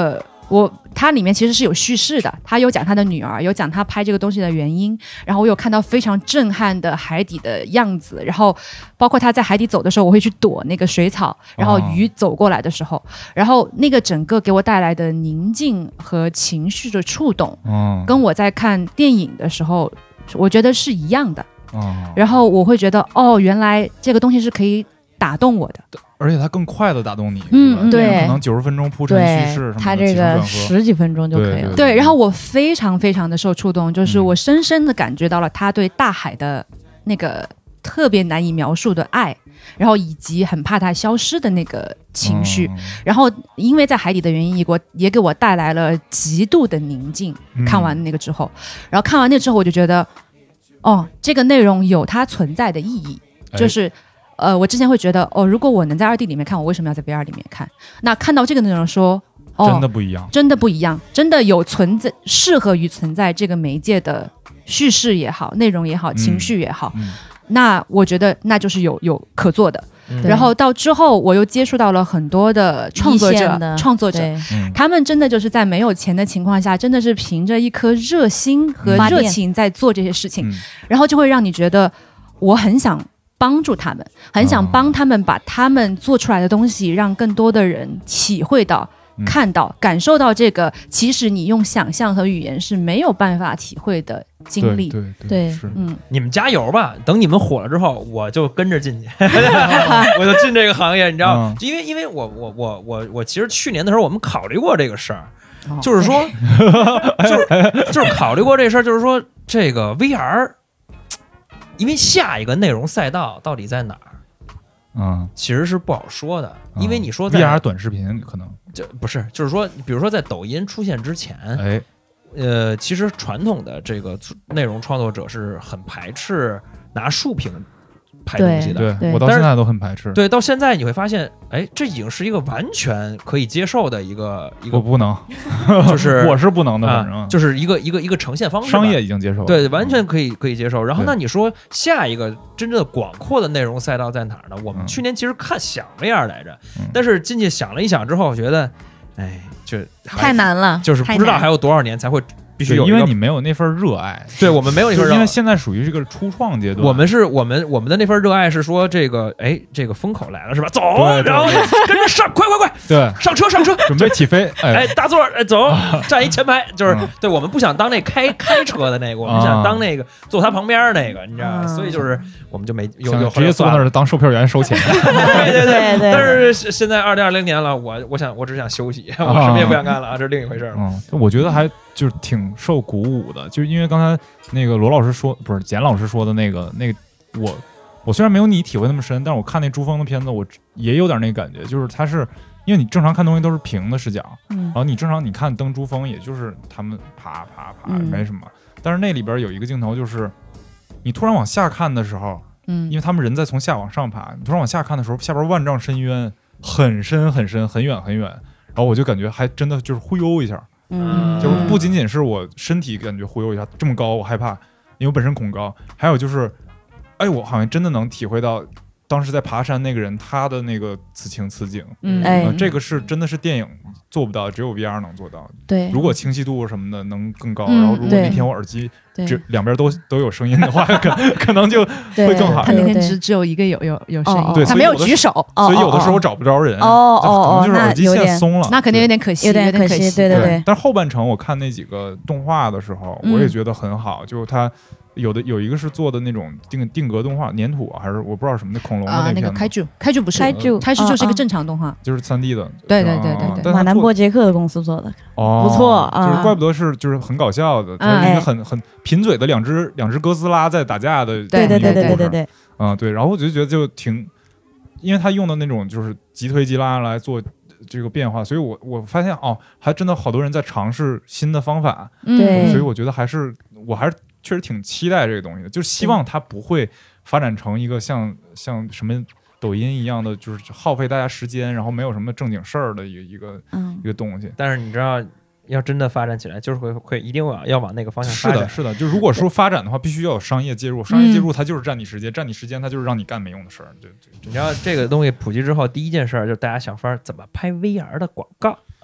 它里面其实是有叙事的，他有讲他的女儿，有讲他拍这个东西的原因，然后我有看到非常震撼的海底的样子，然后包括他在海底走的时候，我会去躲那个水草，然后鱼走过来的时候，然后那个整个给我带来的宁静和情绪的触动，跟我在看电影的时候我觉得是一样的，然后我会觉得原来这个东西是可以打动我的， 而且它更快的打动你， 对， 可能90分钟铺陈叙事， 它这个10几分钟就可以了。 对，然后我非常非常的受触动，就是我深深的感觉到了他对大海的那个特别难以描述的爱，然后以及很怕它消失的那个情绪，然后因为在海底的原因，也给我带来了极度的宁静。看完那个之后，然后看完那之后，我就觉得，这个内容有它存在的意义，就是。我之前会觉得，如果我能在2D 里面看，我为什么要在 VR 里面看？那看到这个内容说， 真的不一样， 真的不一样，真的有适合于存在这个媒介的叙事也好，内容也好，情绪也好，那我觉得那就是有可做的。然后到之后，我又接触到了很多的创作者，他们真的就是在没有钱的情况下，真的是凭着一颗热心和热情在做这些事情，然后就会让你觉得我很想帮助他们，很想帮他们把他们做出来的东西让更多的人体会到、看到、感受到这个其实你用想象和语言是没有办法体会的经历。 对， 你们加油吧！等你们火了之后，我就跟着进去，我就进这个行业，你知道吗？因为我其实去年的时候我们考虑过这个事儿，就是说，就是考虑过这事儿，就是说这个 VR。因为下一个内容赛道到底在哪儿，其实是不好说的。因为你说在 VR 短视频可能这不是，就是说，比如说在抖音出现之前，其实传统的这个内容创作者是很排斥拿竖屏拍东西的， 对，我到现在都很排斥。 对，到现在你会发现，这已经是一个完全可以接受的一个。 我不能， 就是我是不能的，反正就是一个呈现方式。 商业已经接受了， 对，完全可以接受。然后那你说下一个真正的广阔的内容赛道在哪儿呢？我们去年其实想VR来着，但是进去想了一想之后，觉得，就太难了， 就是不知道还有多少年才会。必须有， 因为你没有那份热爱。 对，我们没有那份热爱， 因为现在属于这个初创阶段。 我们的那份热爱是说这个风口来了是吧？走，然后跟着上，快， 对， 上车， 准备起飞， 大座，走，站一前排，就是对，我们不想当那开车的那个，我们想当那个坐他旁边那个，你知道吗？所以就是我们就没有直接坐那儿当售票员收钱。 对。但是现在2020年了，我只想休息，我什么也不想干了啊，这是另一回事了。 我觉得还就是挺受鼓舞的，就是因为刚才那个罗老师说，不是简老师说的那个，我虽然没有你体会那么深，但是我看那珠峰的片子，我也有点那感觉，就是它是因为你正常看东西都是平的视角，然后你正常你看登珠峰，也就是他们爬没什么，但是那里边有一个镜头，就是你突然往下看的时候，因为他们人在从下往上爬，你突然往下看的时候，下边万丈深渊，很深很深，很远很远，然后我就感觉还真的就是忽悠一下。就是不仅仅是我身体感觉忽悠一下，这么高我害怕，因为我本身恐高，还有就是我好像真的能体会到当时在爬山那个人他的那个此情此景，这个是真的是电影做不到，只有 VR 能做到。 对， 如果清晰度什么的能更高，然后如果那天我耳机两边都有声音的话，可能就会更好。 他那天只有一个有声音， 对， 他没有举手， 所以有的时候我找不着人，可能就是耳机线松了， 那肯定有点可惜， 有点可惜。对。 但是后半程我看那几个动画的时候，我也觉得很好，就他。有一个是做的那种定格动画，粘土还是我不知道什么的恐龙的那个开剧不是开剧就是一个正常动画， 就是3D 的。对。 马南波杰克的公司做的，不错， 就是怪不得就是很搞笑的，它是一个很贫嘴的两只哥斯拉在打架的。 对。 对，然后我就觉得就挺，因为他用的那种就是急推急拉来做这个变化，所以我发现还真的好多人在尝试新的方法。 对， 所以我觉得我还是确实挺期待这个东西的，就是希望它不会发展成一个像什么抖音一样的，就是耗费大家时间，然后没有什么正经事儿的一个东西。 但是你知道，要真的发展起来，就是会一定要往那个方向发展。 是的，就如果说发展的话，必须要有商业介入，商业介入它就是占你时间，它就是让你干没用的事儿。对， 你知道这个东西普及之后，第一件事就是大家想法怎么拍 VR 的广告。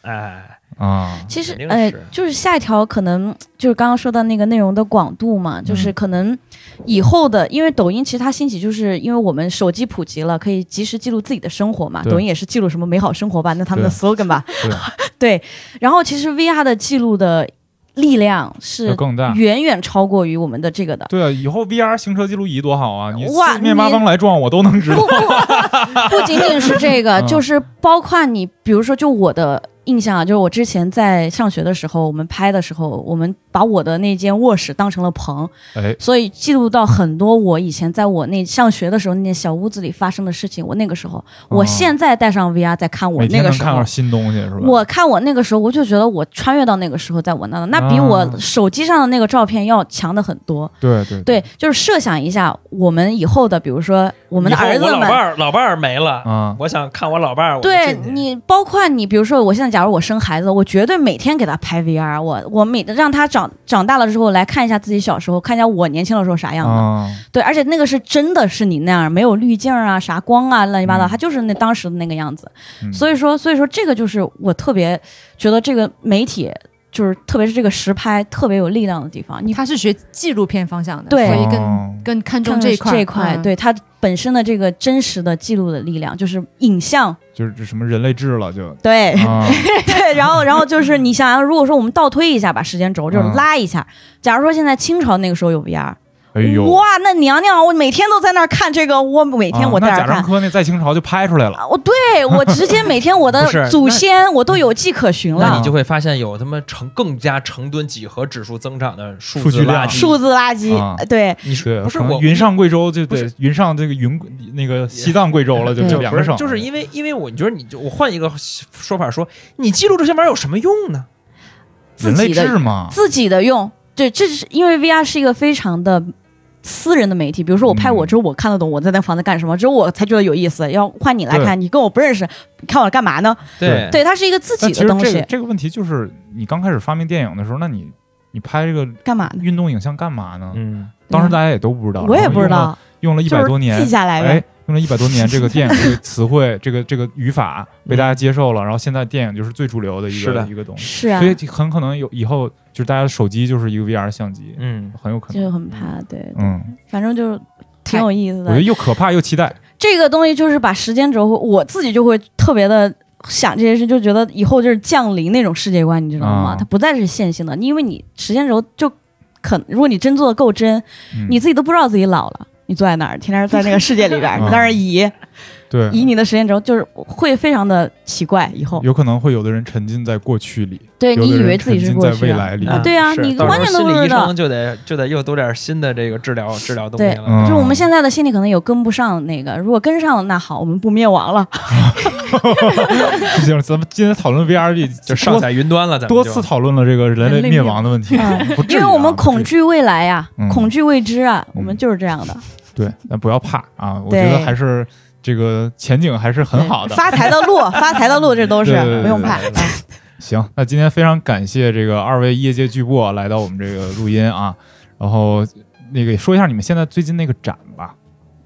其实就是下一条可能就是刚刚说到那个内容的广度嘛，就是可能以后的，因为抖音其实它兴起就是因为我们手机普及了，可以及时记录自己的生活嘛，抖音也是记录什么美好生活吧，那他们的 slogan 吧，对，然后其实 VR 的记录的力量是更大， 远远超过于我们的这个的。 对啊，以后 VR 行车记录仪多好啊！你四面八方来撞我都能知道。 不仅仅是这个，就是包括你，比如说，就我的印象啊，就是我之前在上学的时候，我们拍的时候，我们把我的那间卧室当成了棚，所以记录到很多我以前在我那上学的时候那小屋子里发生的事情。我那个时候，我现在带上 VR 在看我那个时候， 看到新东西是吧？ 我看我那个时候，我就觉得我穿越到那个时候，在我那比我手机上的那个照片要强的很多。对，就是设想一下，我们以后的，比如说我们的儿子们， 老伴儿没了，我想看我老伴儿。 对你，包括你，比如说我现在假如我生孩子，我绝对每天给他拍 VR， 我每让他长大了之后来看一下自己小时候，看一下我年轻的时候啥样的。对，而且那个是真的是你那样，没有滤镜啊、啥光啊、乱七八糟，他就是当时的那个样子。所以说这个就是我特别觉得这个媒体。就是特别是这个实拍特别有力量的地方， 他是学纪录片方向的， 对， 所以更看重这一块。 对，它本身的这个真实的记录的力量，就是影像， 就是什么人类志了，就对、对，然后就是你想想，如果说我们倒推一下，把时间轴就是拉一下，假如说现在清朝那个时候有 VR。哇，那娘娘，我每天都在那儿看这个，我每天我在那儿看。 那贾樟柯那在清朝就拍出来了。 对，我直接每天我的祖先我都有迹可循了。 那你就会发现有他妈更加成吨几何指数增长的数字垃圾。对， 你说不是我云上贵州就对，云上这个那个西藏贵州了，就两个省。 就是因为我觉得我换一个说法说，你记录这些玩意儿有什么用呢？ 人类志嘛， 自己的用。对，这是因为 VR 是一个非常的。私人的媒体，比如说我拍我之后，我看得懂我在那房子干什么，只有我才觉得有意思。要换你来看，你跟我不认识，你看我干嘛呢？ 对， 它是一个自己的东西。 这个问题就是你刚开始发明电影的时候，那你拍这个干嘛呢？ 运动影像干嘛呢？当时大家也都不知道， 我也不知道， 用了100多年记下来呗。 用了100多年，这个电影这个词汇，这个语法被大家接受了，然后现在电影就是最主流的一个东西。 是啊， 所以很可能以后就是大家的手机就是一个 VR 相机，很有可能。 就很怕，对，反正就是挺有意思的。 我觉得又可怕又期待。 这个东西就是把时间轴，我自己就会特别的想这些事，就觉得以后就是降临那种世界观，你知道吗？它不再是线性的，因为你时间轴就如果你真做的够真，你自己都不知道自己老了。你坐在那儿，天天在那个世界里边，你在那儿移你的时间轴，就是会非常的奇怪。以后有可能会有的人沉浸在过去里， 对你以为自己是过去， 在未来里， 对啊，你完全都不知道。 心理医生就得又多点新的这个治疗东西了。 对，就是我们现在的心理可能有跟不上那个，如果跟上了，那好，我们不灭亡了。 行，咱们今天讨论 VR 就上载云端了，咱们多次讨论了这个人类灭亡的问题， 因为我们恐惧未来呀，恐惧未知啊，我们就是这样的。 对，但不要怕啊！我觉得还是这个前景还是很好的， 发财的路，这都是不用怕。 行，那今天非常感谢这个2位业界巨擘来到我们这个录音啊，然后那个说一下你们现在最近那个展吧。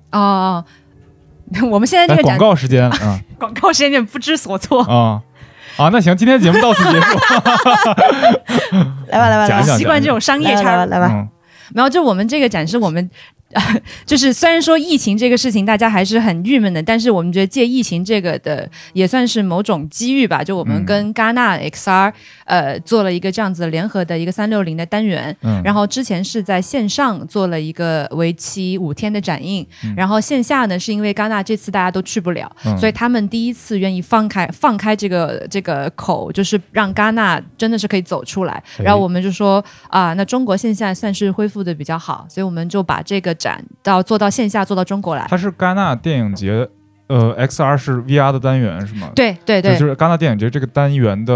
我们现在这个展广告时间啊， 广告时间有点不知所措啊。那行，今天节目到此结束。 来吧， 习惯这种商业差， 来吧。 然后就我们这个展是我们。就是虽然说疫情这个事情大家还是很郁闷的，但是我们觉得借疫情这个的也算是某种机遇吧。就我们跟戛纳 XR 做了一个这样子联合的一个360的单元，然后之前是在线上做了一个为期5天的展映，然后线下呢是因为戛纳这次大家都去不了，所以他们第一次愿意放开这个口，就是让戛纳真的是可以走出来。然后我们就说那中国现在算是恢复的比较好，所以我们就把这个展做到线下，做到中国来。 它是戛纳电影节，XR 是 VR 的单元是吗？ 对， 就是戛纳电影节这个单元的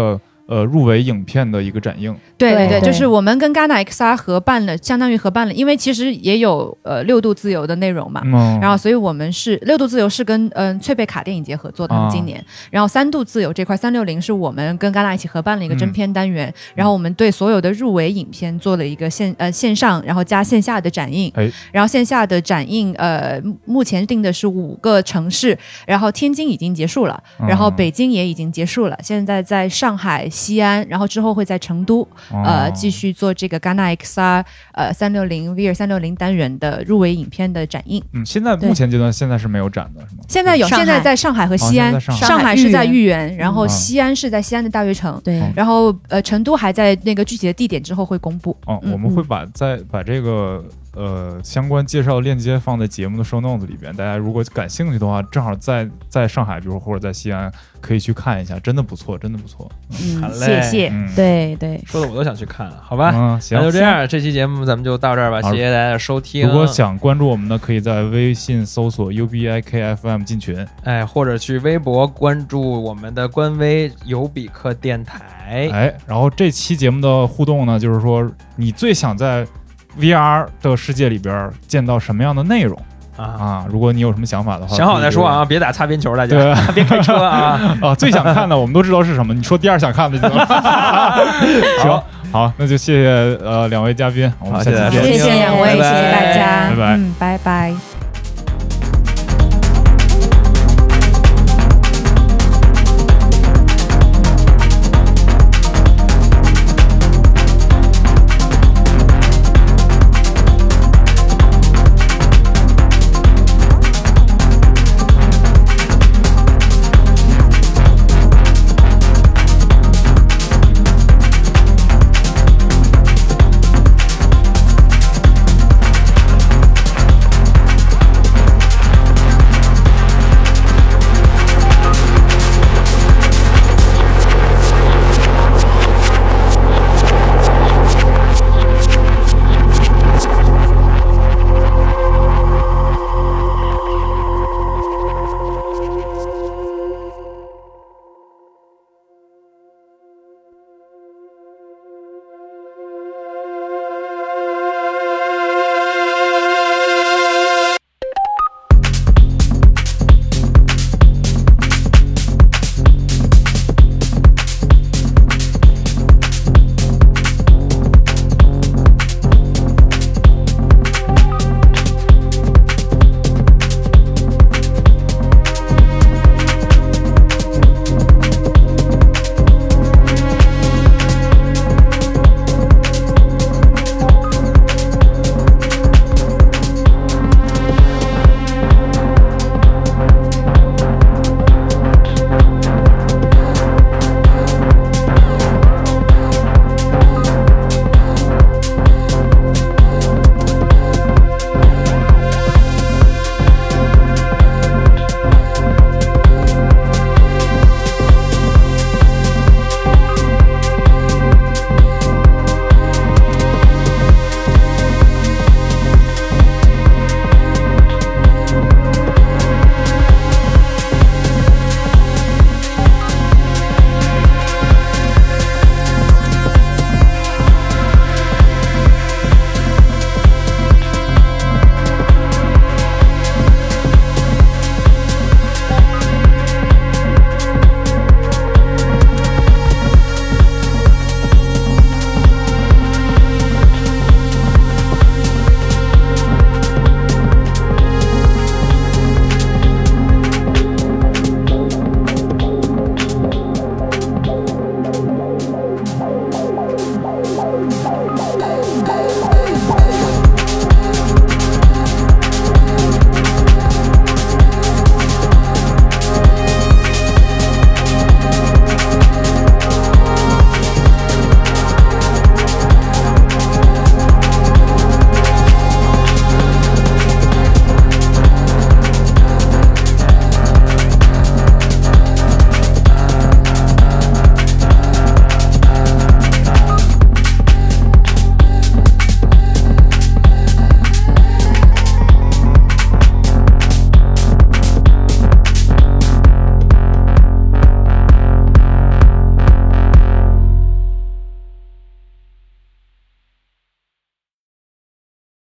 入围影片的一个展映。 对，就是我们跟 Ghana XR 合办了，相当于合办了，因为其实也有6度自由的内容嘛，然后所以我们是6度自由是跟翠贝卡电影节合作的，今年，然后3度自由这块360是我们跟 Ghana 一起合办了一个真片单元，然后我们对所有的入围影片做了一个线上然后加线下的展映，然后线下的展映目前定的是5个城市，然后天津已经结束了，然后北京也已经结束了，现在在上海、西安，然后之后会在成都继续做这个 Ghana XR 360 VR 360单元的入围影片的展映。 现在目前阶段现在是没有展的是吗？ 现在有，现在在上海和西安，上海是在豫园，然后西安是在西安的大悦城， 对， 然后成都还在那个具体的地点之后会公布。 我们会把这个相关介绍链接放在节目的 show notes 里边，大家如果感兴趣的话，正好在上海，比如或者在西安，可以去看一下，真的不错，真的不错。 好嘞， 谢谢。 对， 说的我都想去看了，好吧？ 行， 那就这样，这期节目咱们就到这儿吧，谢谢大家的收听。 如果想关注我们呢，可以在微信搜索 UBIKFM 进群， 或者去微博关注我们的官微有比克电台。 然后这期节目的互动呢，就是说你最想在VR 的世界里边见到什么样的内容如果你有什么想法的话， 想好再说啊，别打擦边球，大家别开车啊！ 最想看的我们都知道是什么，你说第2想看的就行。行，好，那就谢谢2位嘉宾，我们下期见。 谢谢2位，谢谢大家， 拜拜， 拜拜。